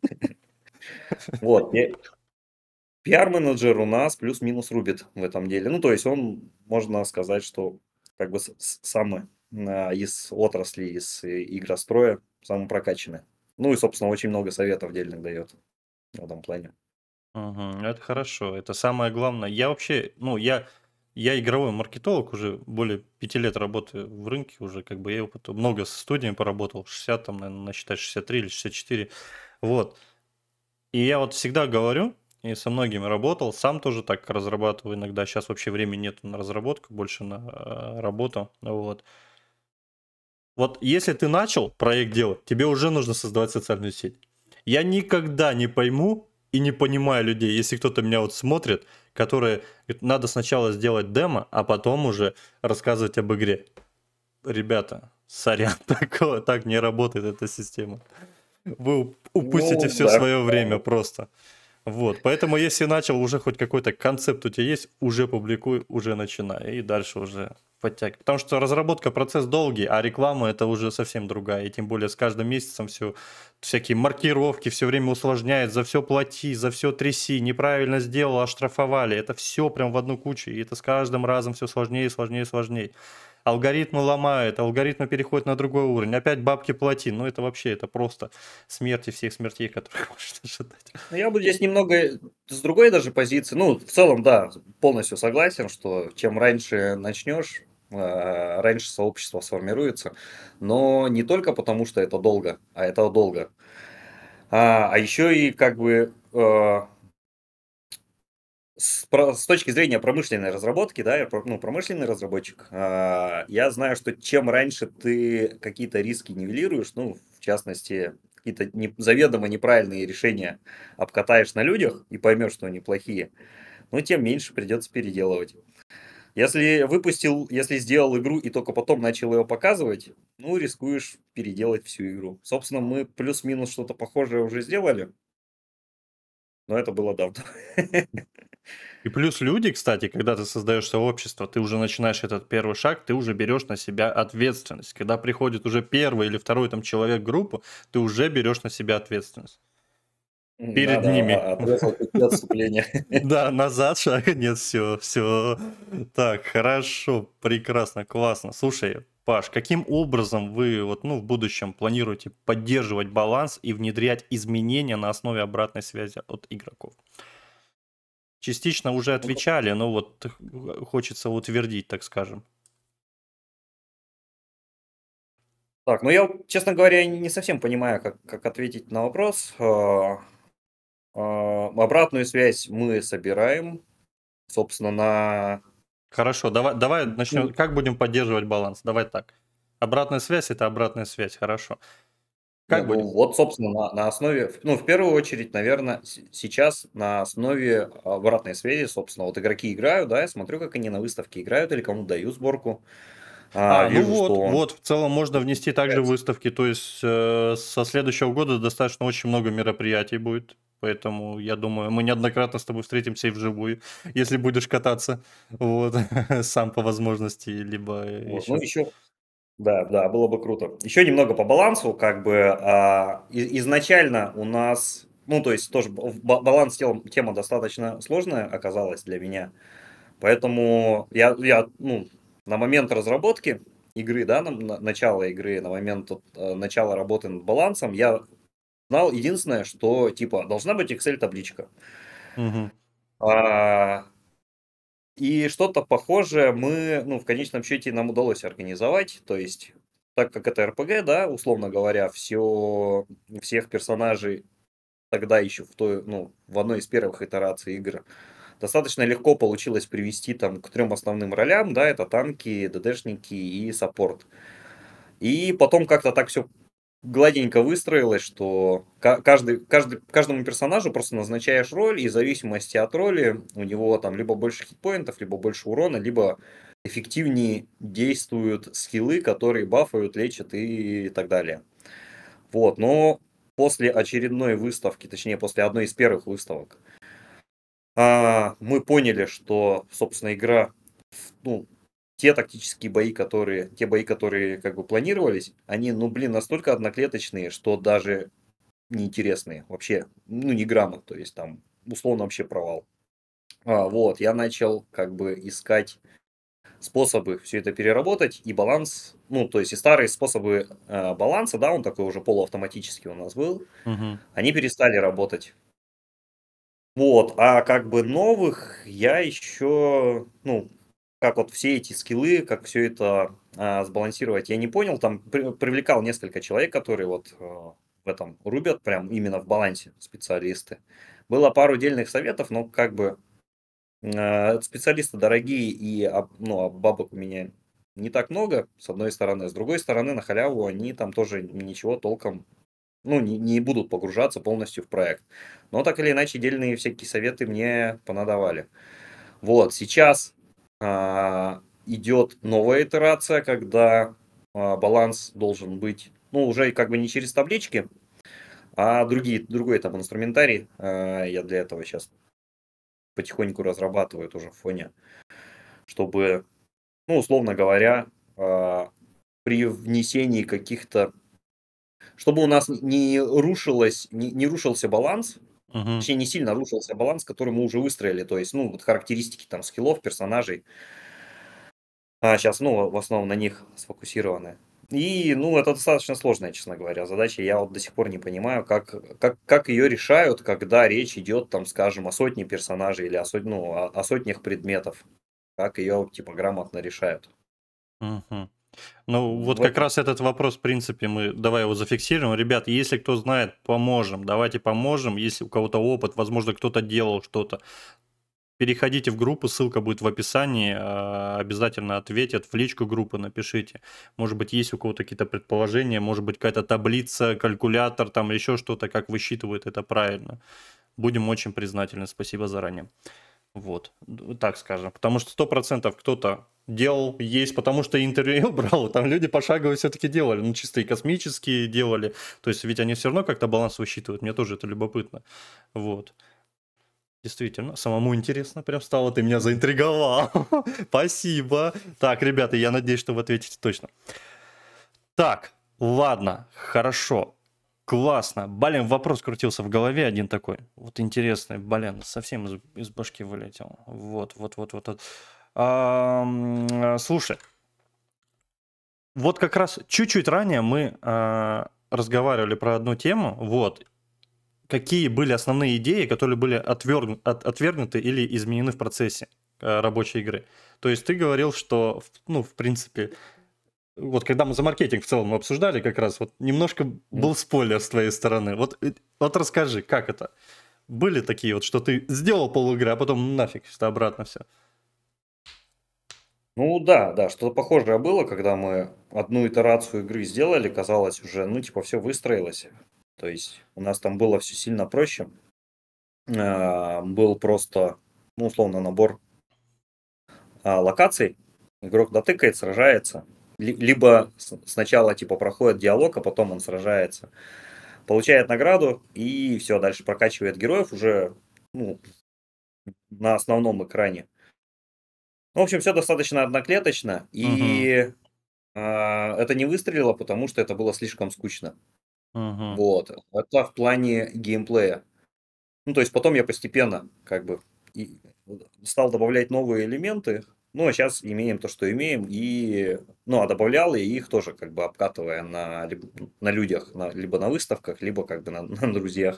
[SPEAKER 2] Вот. пи- Пиар-менеджер у нас плюс-минус рубит в этом деле. Ну, то есть он, можно сказать, что как бы с- с- самый а, из отрасли, из э, игростроя, самый прокачанный. Ну и, собственно, очень много советов дельных дает в этом плане.
[SPEAKER 1] Мгм. Это хорошо, это самое главное. Я вообще, ну, я, я игровой маркетолог, уже более пяти лет работаю в рынке, уже как бы я опыт много со студиями поработал, шестьдесят там, наверное, насчитать шестьдесят три или шестьдесят четыре. Вот. И я вот всегда говорю, и со многими работал, сам тоже так разрабатываю иногда. Сейчас вообще времени нет на разработку, больше на э, работу. Вот. Вот если ты начал проект делать, тебе уже нужно создавать социальную сеть. Я никогда не пойму и не понимаю людей, если кто-то меня вот смотрит, которые говорит, надо сначала сделать демо, а потом уже рассказывать об игре. Ребята, сорян, такого, так не работает эта система. Вы уп- упустите
[SPEAKER 2] Ну,
[SPEAKER 1] все
[SPEAKER 2] да.
[SPEAKER 1] свое время просто. Вот, поэтому если начал, уже хоть какой-то концепт у тебя есть, уже публикуй, уже начинай, и дальше уже подтягивай. Потому что разработка процесс долгий, а реклама это уже совсем другая, и тем более с каждым месяцем все, всякие маркировки все время усложняют, за все плати, за все тряси, неправильно сделал, оштрафовали, это все прям в одну кучу, и это с каждым разом все сложнее, сложнее, сложнее. Алгоритмы ломают, алгоритмы переходят на другой уровень, опять бабки плати, ну это вообще, это просто смерти всех смертей, которых можно ожидать.
[SPEAKER 2] Ну, я бы здесь немного с другой даже позиции. Ну, в целом, да, полностью согласен, что чем раньше начнешь, э, раньше сообщество сформируется. Но не только потому, что это долго, а это долго. А, а еще и как бы э, с, про- с точки зрения промышленной разработки, да, я про- ну, промышленный разработчик, а, я знаю, что чем раньше ты какие-то риски нивелируешь, ну, в частности, какие-то не- заведомо неправильные решения обкатаешь на людях и поймешь, что они плохие, ну, тем меньше придется переделывать. Если выпустил, если сделал игру и только потом начал ее показывать, ну, рискуешь переделать всю игру. Собственно, мы плюс-минус что-то похожее уже сделали, но это было давно.
[SPEAKER 1] И плюс люди, кстати, когда ты создаешь сообщество, ты уже начинаешь этот первый шаг, ты уже берешь на себя ответственность. Когда приходит уже первый или второй там человек в группу, ты уже берешь на себя ответственность. Перед
[SPEAKER 2] Надо
[SPEAKER 1] ними.
[SPEAKER 2] а- отрезал пути отступления.
[SPEAKER 1] Да, назад шага нет, все, все. Так, хорошо, прекрасно, классно. Слушай, Паш, каким образом вы вот, ну, в будущем планируете поддерживать баланс и внедрять изменения на основе обратной связи от игроков? Частично уже
[SPEAKER 2] Ну,
[SPEAKER 1] отвечали, но вот х хочется утвердить, так скажем.
[SPEAKER 2] так, ну я, честно говоря, не совсем понимаю, как, как ответить на вопрос. А, а, Обратную связь мы собираем, собственно, на...
[SPEAKER 1] Хорошо, давай давай
[SPEAKER 2] ну,
[SPEAKER 1] начнем. Как будем поддерживать баланс? Давай так. Обратная связь- это обратная связь, хорошо.
[SPEAKER 2] Не,
[SPEAKER 1] Как
[SPEAKER 2] ну
[SPEAKER 1] будем?
[SPEAKER 2] вот, собственно, на, на основе, ну, в первую очередь, наверное, сейчас на основе обратной связи, собственно, вот игроки играют, да, я смотрю, как они на выставке играют или кому даю сборку, а,
[SPEAKER 1] А, ну
[SPEAKER 2] вижу,
[SPEAKER 1] вот,
[SPEAKER 2] что он...
[SPEAKER 1] вот, в целом можно внести также выставки. То есть, э, со следующего года достаточно очень много мероприятий будет. Поэтому, я думаю, мы неоднократно с тобой встретимся и вживую, если будешь кататься. Вот, сам по возможности, либо
[SPEAKER 2] Вот. Ну,
[SPEAKER 1] еще.
[SPEAKER 2] еще Да, да, было бы круто. Еще немного по балансу, как бы а, и- изначально у нас, ну, то есть тоже б- ба- баланс тел- тема достаточно сложная оказалась для меня, поэтому я, я ну, на момент разработки игры, да, на, на- начала игры, на момент вот, э, начала работы над балансом, я знал единственное, что, типа, должна быть Excel-табличка.
[SPEAKER 1] Мгм.
[SPEAKER 2] А, И что-то похожее мы, ну, в конечном счете нам удалось организовать. То есть, так как это эр пэ гэ, да, условно говоря, все, всех персонажей тогда еще в той, ну, в одной из первых итераций игр достаточно легко получилось привести там к трем основным ролям, да, это танки, дэ дэшники и саппорт. И потом как-то так все гладенько выстроилось, что ка- каждый, каждый, каждому персонажу просто назначаешь роль, и в зависимости от роли у него там либо больше хитпоинтов, либо больше урона, либо эффективнее действуют скиллы, которые бафают, лечат и так далее. Вот, но после очередной выставки, точнее, после одной из первых выставок, а, мы поняли, что, собственно, игра, ну, те тактические бои, которые, те бои, которые как бы планировались, они, ну, блин, настолько одноклеточные, что даже неинтересные. Вообще, ну, не грамма, то есть там условно вообще провал. А, вот, я начал как бы искать способы все это переработать, и баланс, ну, то есть и старые способы э, баланса, да, он такой уже полуавтоматический у нас был,
[SPEAKER 1] Мгм.
[SPEAKER 2] они перестали работать. Вот, а как бы новых я еще, ну, как вот все эти скиллы, как все это а, сбалансировать, я не понял. Там при- привлекал несколько человек, которые вот э, в этом рубят, прям именно в балансе специалисты. Было пару отдельных советов, но как бы э, специалисты дорогие, и об- ну, а бабок у меня не так много, с одной стороны. С другой стороны, на халяву они там тоже ничего толком, ну, не, не будут погружаться полностью в проект. Но так или иначе, дельные всякие советы мне понадавали. Вот, сейчас а, идет новая итерация, когда а, баланс должен быть, ну, уже как бы не через таблички, а другие, другой там инструментарий. А, я для этого сейчас потихоньку разрабатываю тоже в фоне, чтобы, ну, условно говоря, а, при внесении каких-то, чтобы у нас не рушилось, не, не рушился баланс.
[SPEAKER 1] Мгм.
[SPEAKER 2] Точнее, не сильно рушился баланс, который мы уже выстроили. То есть, ну, вот характеристики там скиллов, персонажей. А сейчас, ну, в основном на них сфокусированы. И, ну, это достаточно сложная, честно говоря, задача. Я вот до сих пор не понимаю, как, как, как ее решают, когда речь идет, там, скажем, о сотне персонажей или о, сот- ну, о, о сотнях предметов. Как ее, типа, грамотно решают.
[SPEAKER 1] Мгм. Ну, вот
[SPEAKER 2] В
[SPEAKER 1] как
[SPEAKER 2] этом.
[SPEAKER 1] раз этот вопрос, в принципе, мы давай его зафиксируем. Ребят, если кто знает, поможем. Давайте поможем. Если у кого-то опыт, возможно, кто-то делал что-то. Переходите в группу, ссылка будет в описании. а, Обязательно ответят. В личку группы напишите. Может быть, есть у кого-то какие-то предположения, может быть, какая-то таблица, калькулятор, там еще что-то, как высчитывают это правильно. Будем очень признательны. Спасибо заранее. Вот, д- так скажем. Потому что сто процентов кто-то делал, есть, потому что интервью брал, там люди пошагово все-таки делали, ну, чисто и космические делали, то есть ведь они все равно как-то баланс высчитывают, мне тоже это любопытно, вот. Действительно, самому интересно прям стало, ты меня заинтриговал. Спасибо. Так, ребята, я надеюсь, что вы ответите точно. Так, ладно, хорошо. Классно. Блин, вопрос крутился в голове один такой. Вот интересный, блин, совсем из, из башки вылетел. Вот, вот, вот, вот. вот. Ам, э, слушай, вот как раз чуть-чуть ранее мы а, разговаривали про одну тему. Вот. Какие были основные идеи, которые были отвергну- от- отвергнуты или изменены в процессе э, рабочей игры? То есть ты говорил, что, в- ну, в принципе, вот когда мы за маркетинг в целом обсуждали, как раз вот немножко
[SPEAKER 2] М.
[SPEAKER 1] был спойлер с твоей стороны. Вот, э, вот расскажи, как это? Были такие вот, что ты сделал полуигры, а потом нафиг, что обратно все.
[SPEAKER 2] Ну да, да, что-то похожее было, когда мы одну итерацию игры сделали, казалось уже, ну, типа, все выстроилось. То есть у нас там было все сильно проще. А, был просто, ну, условно, набор а, локаций. Игрок дотыкает, сражается. Ли- Либо с- сначала, типа, проходит диалог, а потом он сражается. Получает награду и все, дальше прокачивает героев уже, ну, на основном экране. Ну, в общем, все достаточно одноклеточно.
[SPEAKER 1] Угу.
[SPEAKER 2] И А, это не выстрелило, потому что это было слишком скучно.
[SPEAKER 1] Мгм.
[SPEAKER 2] Вот. Это в плане геймплея. Ну, то есть потом я постепенно как бы и стал добавлять новые элементы. Ну, а сейчас имеем то, что имеем. И, ну, а добавлял я их тоже как бы обкатывая на, либо на людях, на, либо на выставках, либо как бы на, на друзьях.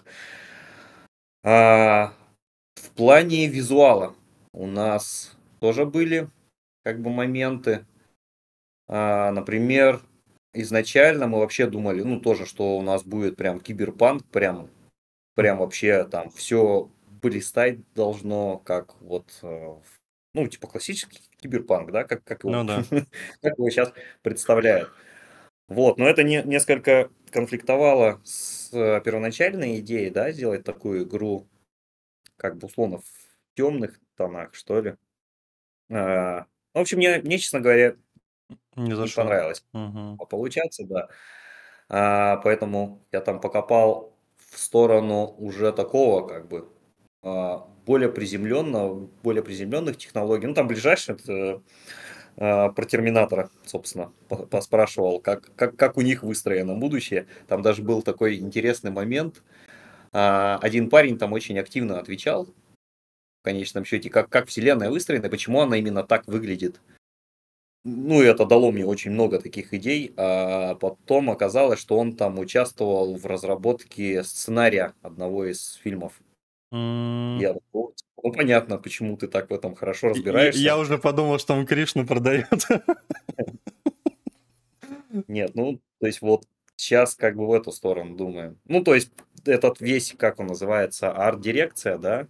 [SPEAKER 2] А, в плане визуала у нас тоже были как бы моменты. А, например, изначально мы вообще думали, ну, тоже, что у нас будет прям киберпанк, прям,
[SPEAKER 1] М.
[SPEAKER 2] прям вообще там все блистать должно, как вот, э, в- ну, типа классический киберпанк, да, как, как его,
[SPEAKER 1] Ну да.
[SPEAKER 2] как его сейчас представляют. Вот, но это не, несколько конфликтовало с э, первоначальной идеей, да, сделать такую игру, как бы условно в темных тонах, что ли. А, в общем, мне, мне, честно говоря,
[SPEAKER 1] Не
[SPEAKER 2] не
[SPEAKER 1] зашло.
[SPEAKER 2] понравилось
[SPEAKER 1] Мгм.
[SPEAKER 2] по- получаться, да. А, поэтому я там покопал в сторону уже такого, как бы, а, более приземленного, более приземленных технологий. Ну, там ближайший, это, а, про Терминатора, собственно, по- поспрашивал, как, как, как у них выстроено будущее. Там даже был такой интересный момент. А, один парень там очень активно отвечал, в конечном счете, как, как Вселенная выстроена, и почему она именно так выглядит. Ну, и это дало мне очень много таких идей, а потом оказалось, что он там участвовал в разработке сценария одного из фильмов.
[SPEAKER 1] М.
[SPEAKER 2] Я такой: "Ну, понятно, почему ты так в этом хорошо
[SPEAKER 1] И и я
[SPEAKER 2] разбираешься".
[SPEAKER 1] уже подумал, что он Кришну продает.
[SPEAKER 2] Нет, ну, то есть вот сейчас как бы в эту сторону думаем. Ну, то есть этот весь, как он называется, арт-дирекция, да,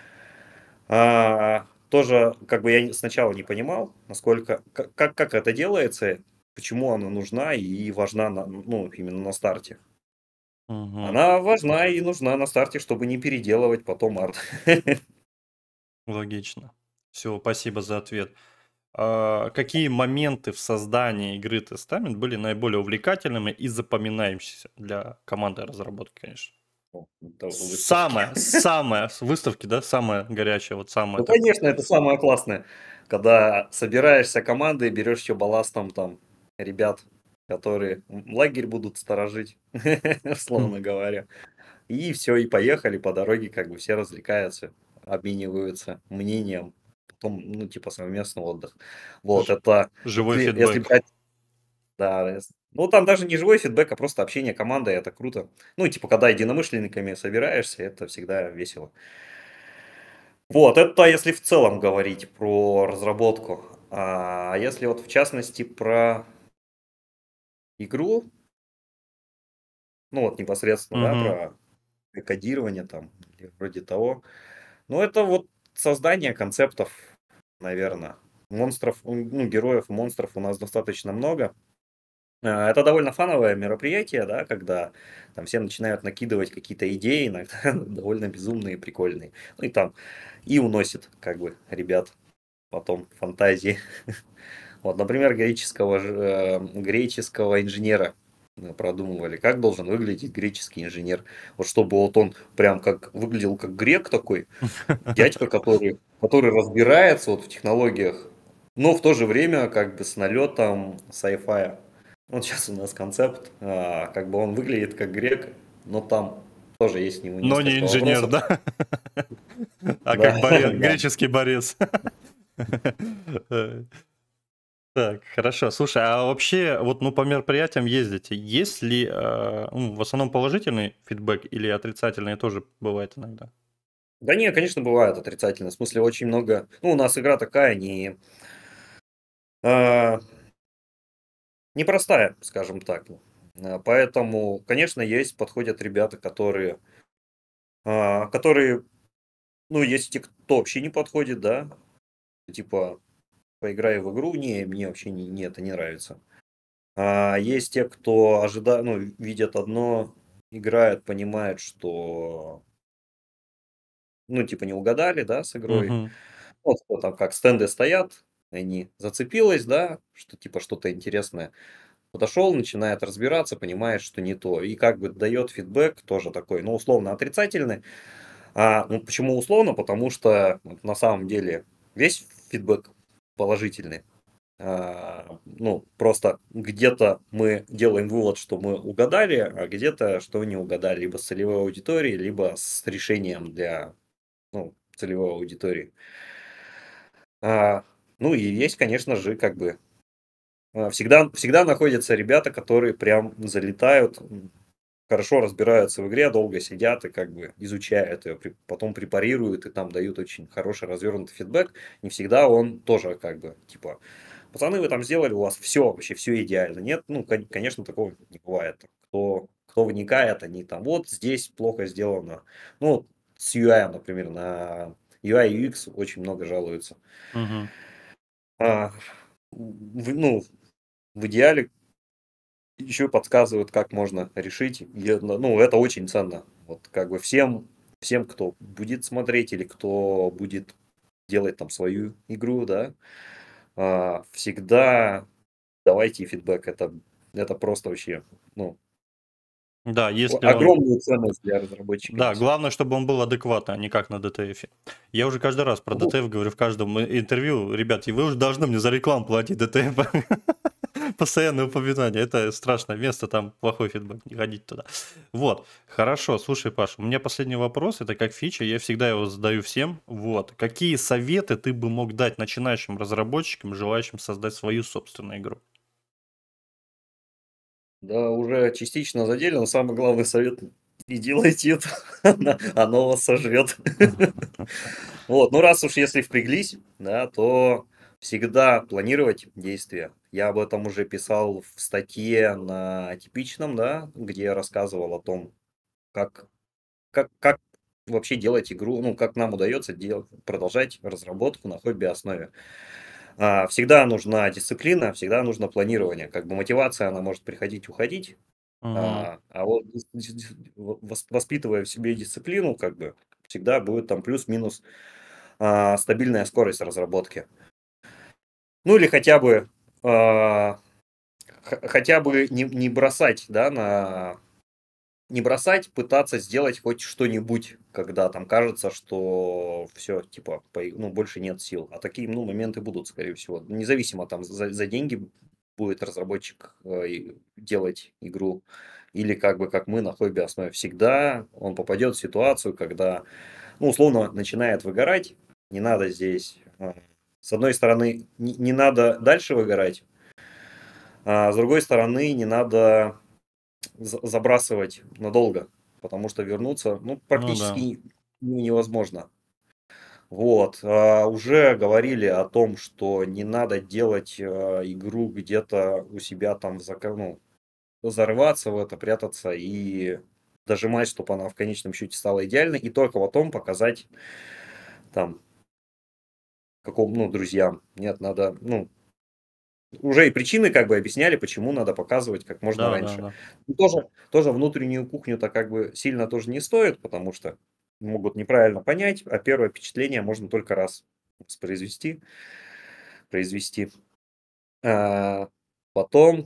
[SPEAKER 2] а, тоже как бы я не сначала не понимал, насколько ка как как это делается, почему она нужна и важна на ну, именно на старте.
[SPEAKER 1] Мгм.
[SPEAKER 2] Она важна и нужна на старте, чтобы не переделывать потом арт.
[SPEAKER 1] Логично. Все, спасибо за ответ. А, какие моменты в создании игры Testament были наиболее увлекательными и запоминающимися для команды разработки, конечно?
[SPEAKER 2] О, до выставки.
[SPEAKER 1] Самое, самое с выставки, да, самое горячее, вот самое
[SPEAKER 2] Ну,
[SPEAKER 1] такое.
[SPEAKER 2] конечно, это самое классное, когда собираешься командой, берешь еще балластом там ребят, которые м, лагерь будут сторожить,
[SPEAKER 1] Хм.
[SPEAKER 2] условно говоря. И все, и поехали по дороге, как бы все развлекаются, обмениваются мнением, потом, ну, типа совместный отдых. Вот
[SPEAKER 1] Ж
[SPEAKER 2] это,
[SPEAKER 1] живой
[SPEAKER 2] если, если
[SPEAKER 1] фидбэк.
[SPEAKER 2] брать. Да, эс ну, там даже не живой фидбэк, а просто общение командой, это круто. Ну, и типа, когда единомышленниками собираешься, это всегда весело. Вот, это если в целом говорить про разработку. А если вот в частности про игру, ну, вот непосредственно, да,
[SPEAKER 1] Мгм.
[SPEAKER 2] про кодирование там или вроде того, ну, это вот создание концептов, наверное. Монстров, м, ну, героев и монстров у нас достаточно много. А, это довольно фановое мероприятие, да, когда там все начинают накидывать какие-то идеи, иногда довольно безумные, прикольные. Ну и там и уносит как бы ребят потом фантазии. Вот, например, греческого, ж- э, греческого инженера мы продумывали, как должен выглядеть греческий инженер. Вот чтобы вот он прям как выглядел как грек такой, дядька, который, который разбирается вот в технологиях, но в то же время как бы с налетом sci-fi. Вот сейчас у нас концепт, а, как бы он выглядит как грек, но там тоже есть к нему
[SPEAKER 1] Но не
[SPEAKER 2] несколько
[SPEAKER 1] инженер,
[SPEAKER 2] вопросов.
[SPEAKER 1] да? А
[SPEAKER 2] Да,
[SPEAKER 1] как боре
[SPEAKER 2] да.
[SPEAKER 1] греческий борец. Э, так, хорошо. Слушай, а вообще, вот, ну, по мероприятиям ездите, есть ли, а, ну, в основном положительный фидбэк или отрицательный тоже бывает иногда?
[SPEAKER 2] Да не, конечно, бывает отрицательно. В смысле, очень много. Ну, у нас игра такая не, а, непростая, скажем так. А, Поэтому, конечно, есть, подходят ребята, которые, а, которые, ну, есть те, кто вообще не подходит, да, типа, поиграй в игру, не, мне вообще не, не это не нравится. А есть те, кто ожидает, ну, видят одно, играют, понимают, что, ну, типа, не угадали, да, с игрой.
[SPEAKER 1] Мгм.
[SPEAKER 2] Вот кто там как стенды стоят, они зацепилось, да, что типа что-то интересное. Подошел, начинает разбираться, понимает, что не то. И как бы дает фидбэк тоже такой, ну, условно отрицательный. А, ну, почему условно? Потому что вот на самом деле весь фидбэк положительный. а, ну, просто где-то мы делаем вывод, что мы угадали, а где-то что не угадали, либо с целевой аудиторией, либо с решением для, ну, целевой аудитории. А, ну и есть, конечно же, как бы а, всегда, всегда находятся ребята, которые прям залетают, м, хорошо разбираются в игре, долго сидят и как бы изучают ее, при- потом препарируют и там дают очень хороший развернутый фидбэк. Не всегда он тоже как бы типа: пацаны, вы там сделали, у вас все, вообще все идеально. Нет, ну, кон- конечно, такого не бывает. Кто, кто вникает, они там, вот здесь плохо сделано. Ну, вот с ю ай, например, на ю ай и ю экс очень много жалуются.
[SPEAKER 1] Мгм.
[SPEAKER 2] А, в, ну, в идеале еще подсказывают, как можно решить. И, ну, это очень ценно. Вот как бы всем, всем, кто будет смотреть или кто будет делать там свою игру, да, а, всегда давайте фидбэк. Это, это просто вообще, ну,
[SPEAKER 1] Да,
[SPEAKER 2] о-
[SPEAKER 1] если он
[SPEAKER 2] огромную ценность для разработчика
[SPEAKER 1] Да,
[SPEAKER 2] несет.
[SPEAKER 1] главное, чтобы он был адекватный, а не как на ди ти эф. Я уже каждый раз про
[SPEAKER 2] Ну,
[SPEAKER 1] ди ти эф говорю в каждом э, интервью: ребят, и вы уже должны мне за рекламу платить ди ти эф. Постоянное упоминание. Это страшное место, там плохой фидбэк, не ходите туда. Вот, хорошо, слушай, Паш, у меня последний вопрос, это как фича, я всегда его задаю всем. Вот, какие советы ты бы мог дать начинающим разработчикам, желающим создать свою собственную игру?
[SPEAKER 2] да, уже частично задели, но самый главный совет: не делайте это, оно оно вас сожрет. Вот, ну раз уж если впряглись, да, то всегда планировать действия. Я об этом уже писал в статье на Типичном, да, где я рассказывал о том, как, как, как вообще делать игру, ну, как нам удается дел- продолжать разработку на хобби-основе. А, Всегда нужна дисциплина, всегда нужно планирование. Как бы мотивация, она может приходить, уходить,
[SPEAKER 1] Мгм.
[SPEAKER 2] а, а вот дис- дис- дис- вос- воспитывая в себе дисциплину, как бы всегда будет там плюс-минус а, стабильная скорость разработки. Ну или хотя бы, а, х- хотя бы не, не бросать, да, на не бросать, пытаться сделать хоть что-нибудь, когда там кажется, что все, типа, по- ну, больше нет сил. А такие, ну, моменты будут, скорее всего. Независимо там за, за деньги будет разработчик э, и делать игру, или как бы как мы на хобби основе. Всегда он попадет в ситуацию, когда, ну, условно, начинает выгорать. Не надо здесь, э, с одной стороны, не, не надо дальше выгорать, а с другой стороны, не надо за- забрасывать надолго, потому что вернуться, ну,
[SPEAKER 1] Ну да.
[SPEAKER 2] практически ну, невозможно. Вот, а, уже говорили о том, что не надо делать а, игру где-то у себя там, в зака- ну, зарываться в это, прятаться и дожимать, чтобы она в конечном счете стала идеальной, и только потом показать там какому, ну, друзьям. Нет, надо, ну, уже и причины как бы объясняли, почему надо показывать как можно
[SPEAKER 1] Да, да,
[SPEAKER 2] раньше.
[SPEAKER 1] да.
[SPEAKER 2] Ну, тоже, тоже внутреннюю кухню-то как бы сильно тоже не стоит, потому что могут неправильно понять, а первое впечатление можно только раз воспроизвести, произвести. А, потом,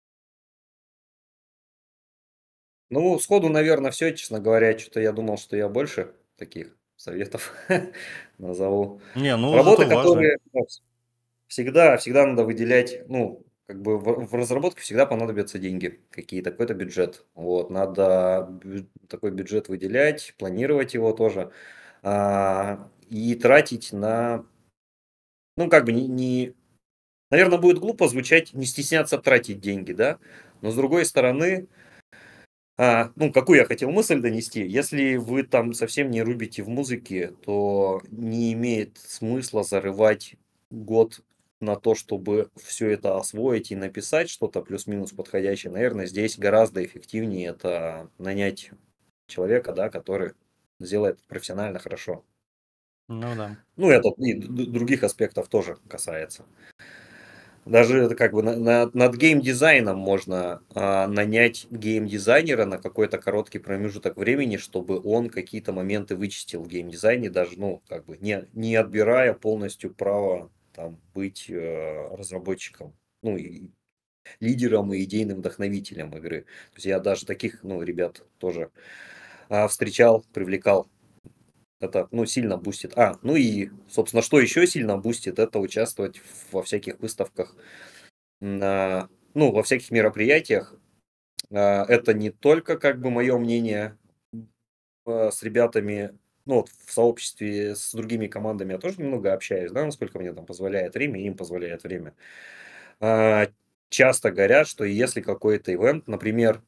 [SPEAKER 2] ну, сходу, наверное, все, честно говоря, что-то я думал, что я больше таких советов назову.
[SPEAKER 1] Не, ну
[SPEAKER 2] Работы,
[SPEAKER 1] зато важно.
[SPEAKER 2] которые ну, всегда, всегда надо выделять, ну, как бы в, в разработке всегда понадобятся деньги какие-то, какой-то бюджет. Вот, надо бю- такой бюджет выделять, планировать его тоже, а, и тратить на, ну, как бы не, не, наверное, будет глупо звучать, не стесняться тратить деньги, да, но с другой стороны, а, ну, какую я хотел мысль донести, если вы там совсем не рубите в музыке, то не имеет смысла зарывать год на то, чтобы все это освоить и написать что-то плюс-минус подходящее. Наверное, здесь гораздо эффективнее это нанять человека, да, который сделает профессионально хорошо.
[SPEAKER 1] Ну да.
[SPEAKER 2] Ну, это и д- других аспектов тоже касается. Даже это как бы на- на- над геймдизайном можно а, нанять геймдизайнера на какой-то короткий промежуток времени, чтобы он какие-то моменты вычистил в геймдизайне, даже, ну, как бы не, не отбирая полностью право там быть э, разработчиком, ну, и лидером и идейным вдохновителем игры. То есть я даже таких, ну, ребят тоже а, встречал, привлекал. Это, ну, сильно бустит. А, ну и, собственно, что еще сильно бустит, это участвовать во всяких выставках, на, ну, во всяких мероприятиях. А, это не только как бы мое мнение, а, с ребятами, ну, вот в сообществе с другими командами я тоже немного общаюсь, да, насколько мне там позволяет время, и им позволяет время. А, часто говорят, что если какой-то ивент, например,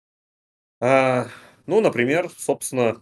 [SPEAKER 2] а, ну, например, собственно,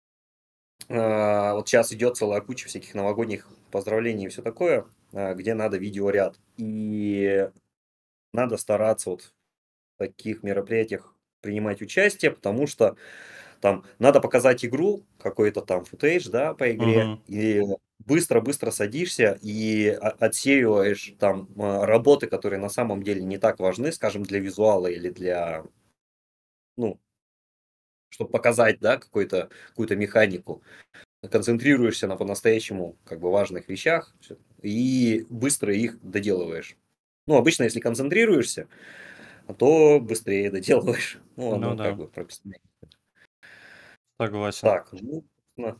[SPEAKER 2] а, вот сейчас идет целая куча всяких новогодних поздравлений и все такое, а, где надо видеоряд. И надо стараться вот в таких мероприятиях принимать участие, потому что там надо показать игру, какой-то там футейдж, да, по игре,
[SPEAKER 1] Мгм.
[SPEAKER 2] и быстро-быстро садишься и о- отсеиваешь там а, работы, которые на самом деле не так важны, скажем, для визуала или для, ну, чтобы показать, да, какой-то, какую-то механику. Концентрируешься на по-настоящему как бы важных вещах всё, и быстро их доделываешь. Ну, обычно, если концентрируешься, то быстрее доделываешь. Ну,
[SPEAKER 1] Ну
[SPEAKER 2] оно как
[SPEAKER 1] да,
[SPEAKER 2] бы прописано.
[SPEAKER 1] согласен.
[SPEAKER 2] Так, ну, на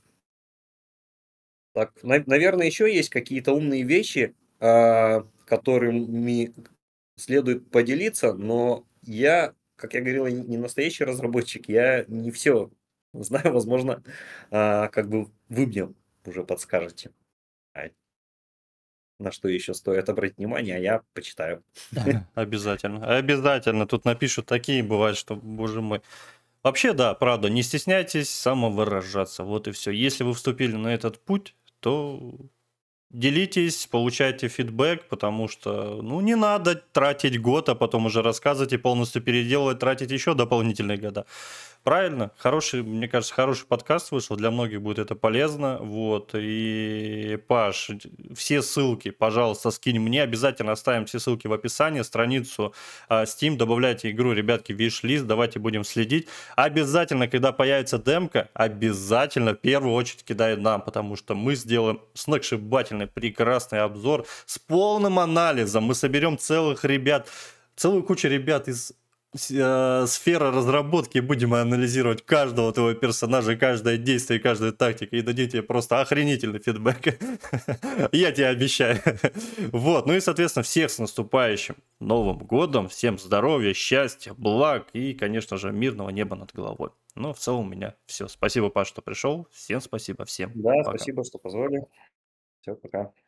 [SPEAKER 2] так, наверное, еще есть какие-то умные вещи, а, которыми следует поделиться, но я, как я говорил, не не настоящий разработчик, я не все знаю, возможно, а, как бы вы мне уже подскажете. А на что еще стоит обратить внимание, а я почитаю.
[SPEAKER 1] Обязательно. Обязательно. Тут напишут такие, бывает, что, боже мой. Вообще, да, правда, не стесняйтесь самовыражаться. Вот и все. Если вы вступили на этот путь, то делитесь, получайте фидбэк, потому что, ну, не надо тратить год, а потом уже рассказывать и полностью переделывать, тратить еще дополнительные года. Правильно, хороший, мне кажется, хороший подкаст вышел, для многих будет это полезно, вот, и, Паш, д- все ссылки, пожалуйста, скинь мне, обязательно оставим все ссылки в описании, страницу а, Steam, добавляйте игру, ребятки, в виш-лист, давайте будем следить, обязательно, когда появится демка, обязательно в первую очередь кидай нам, потому что мы сделаем сногсшибательный, прекрасный обзор с полным анализом, мы соберем целых ребят, целую кучу ребят из с- э, сфера разработки, будем анализировать каждого твоего персонажа, каждое действие, каждую тактику и дадим тебе просто охренительный фидбэк. Я тебе обещаю. Вот, ну и, соответственно, всех с наступающим Новым годом, всем здоровья, счастья, благ и, конечно же, мирного неба над головой. Ну, в целом у меня все. Спасибо, Паш, что пришел. Всем спасибо, всем
[SPEAKER 2] Да,
[SPEAKER 1] пока.
[SPEAKER 2] спасибо, что позвали. Все, пока.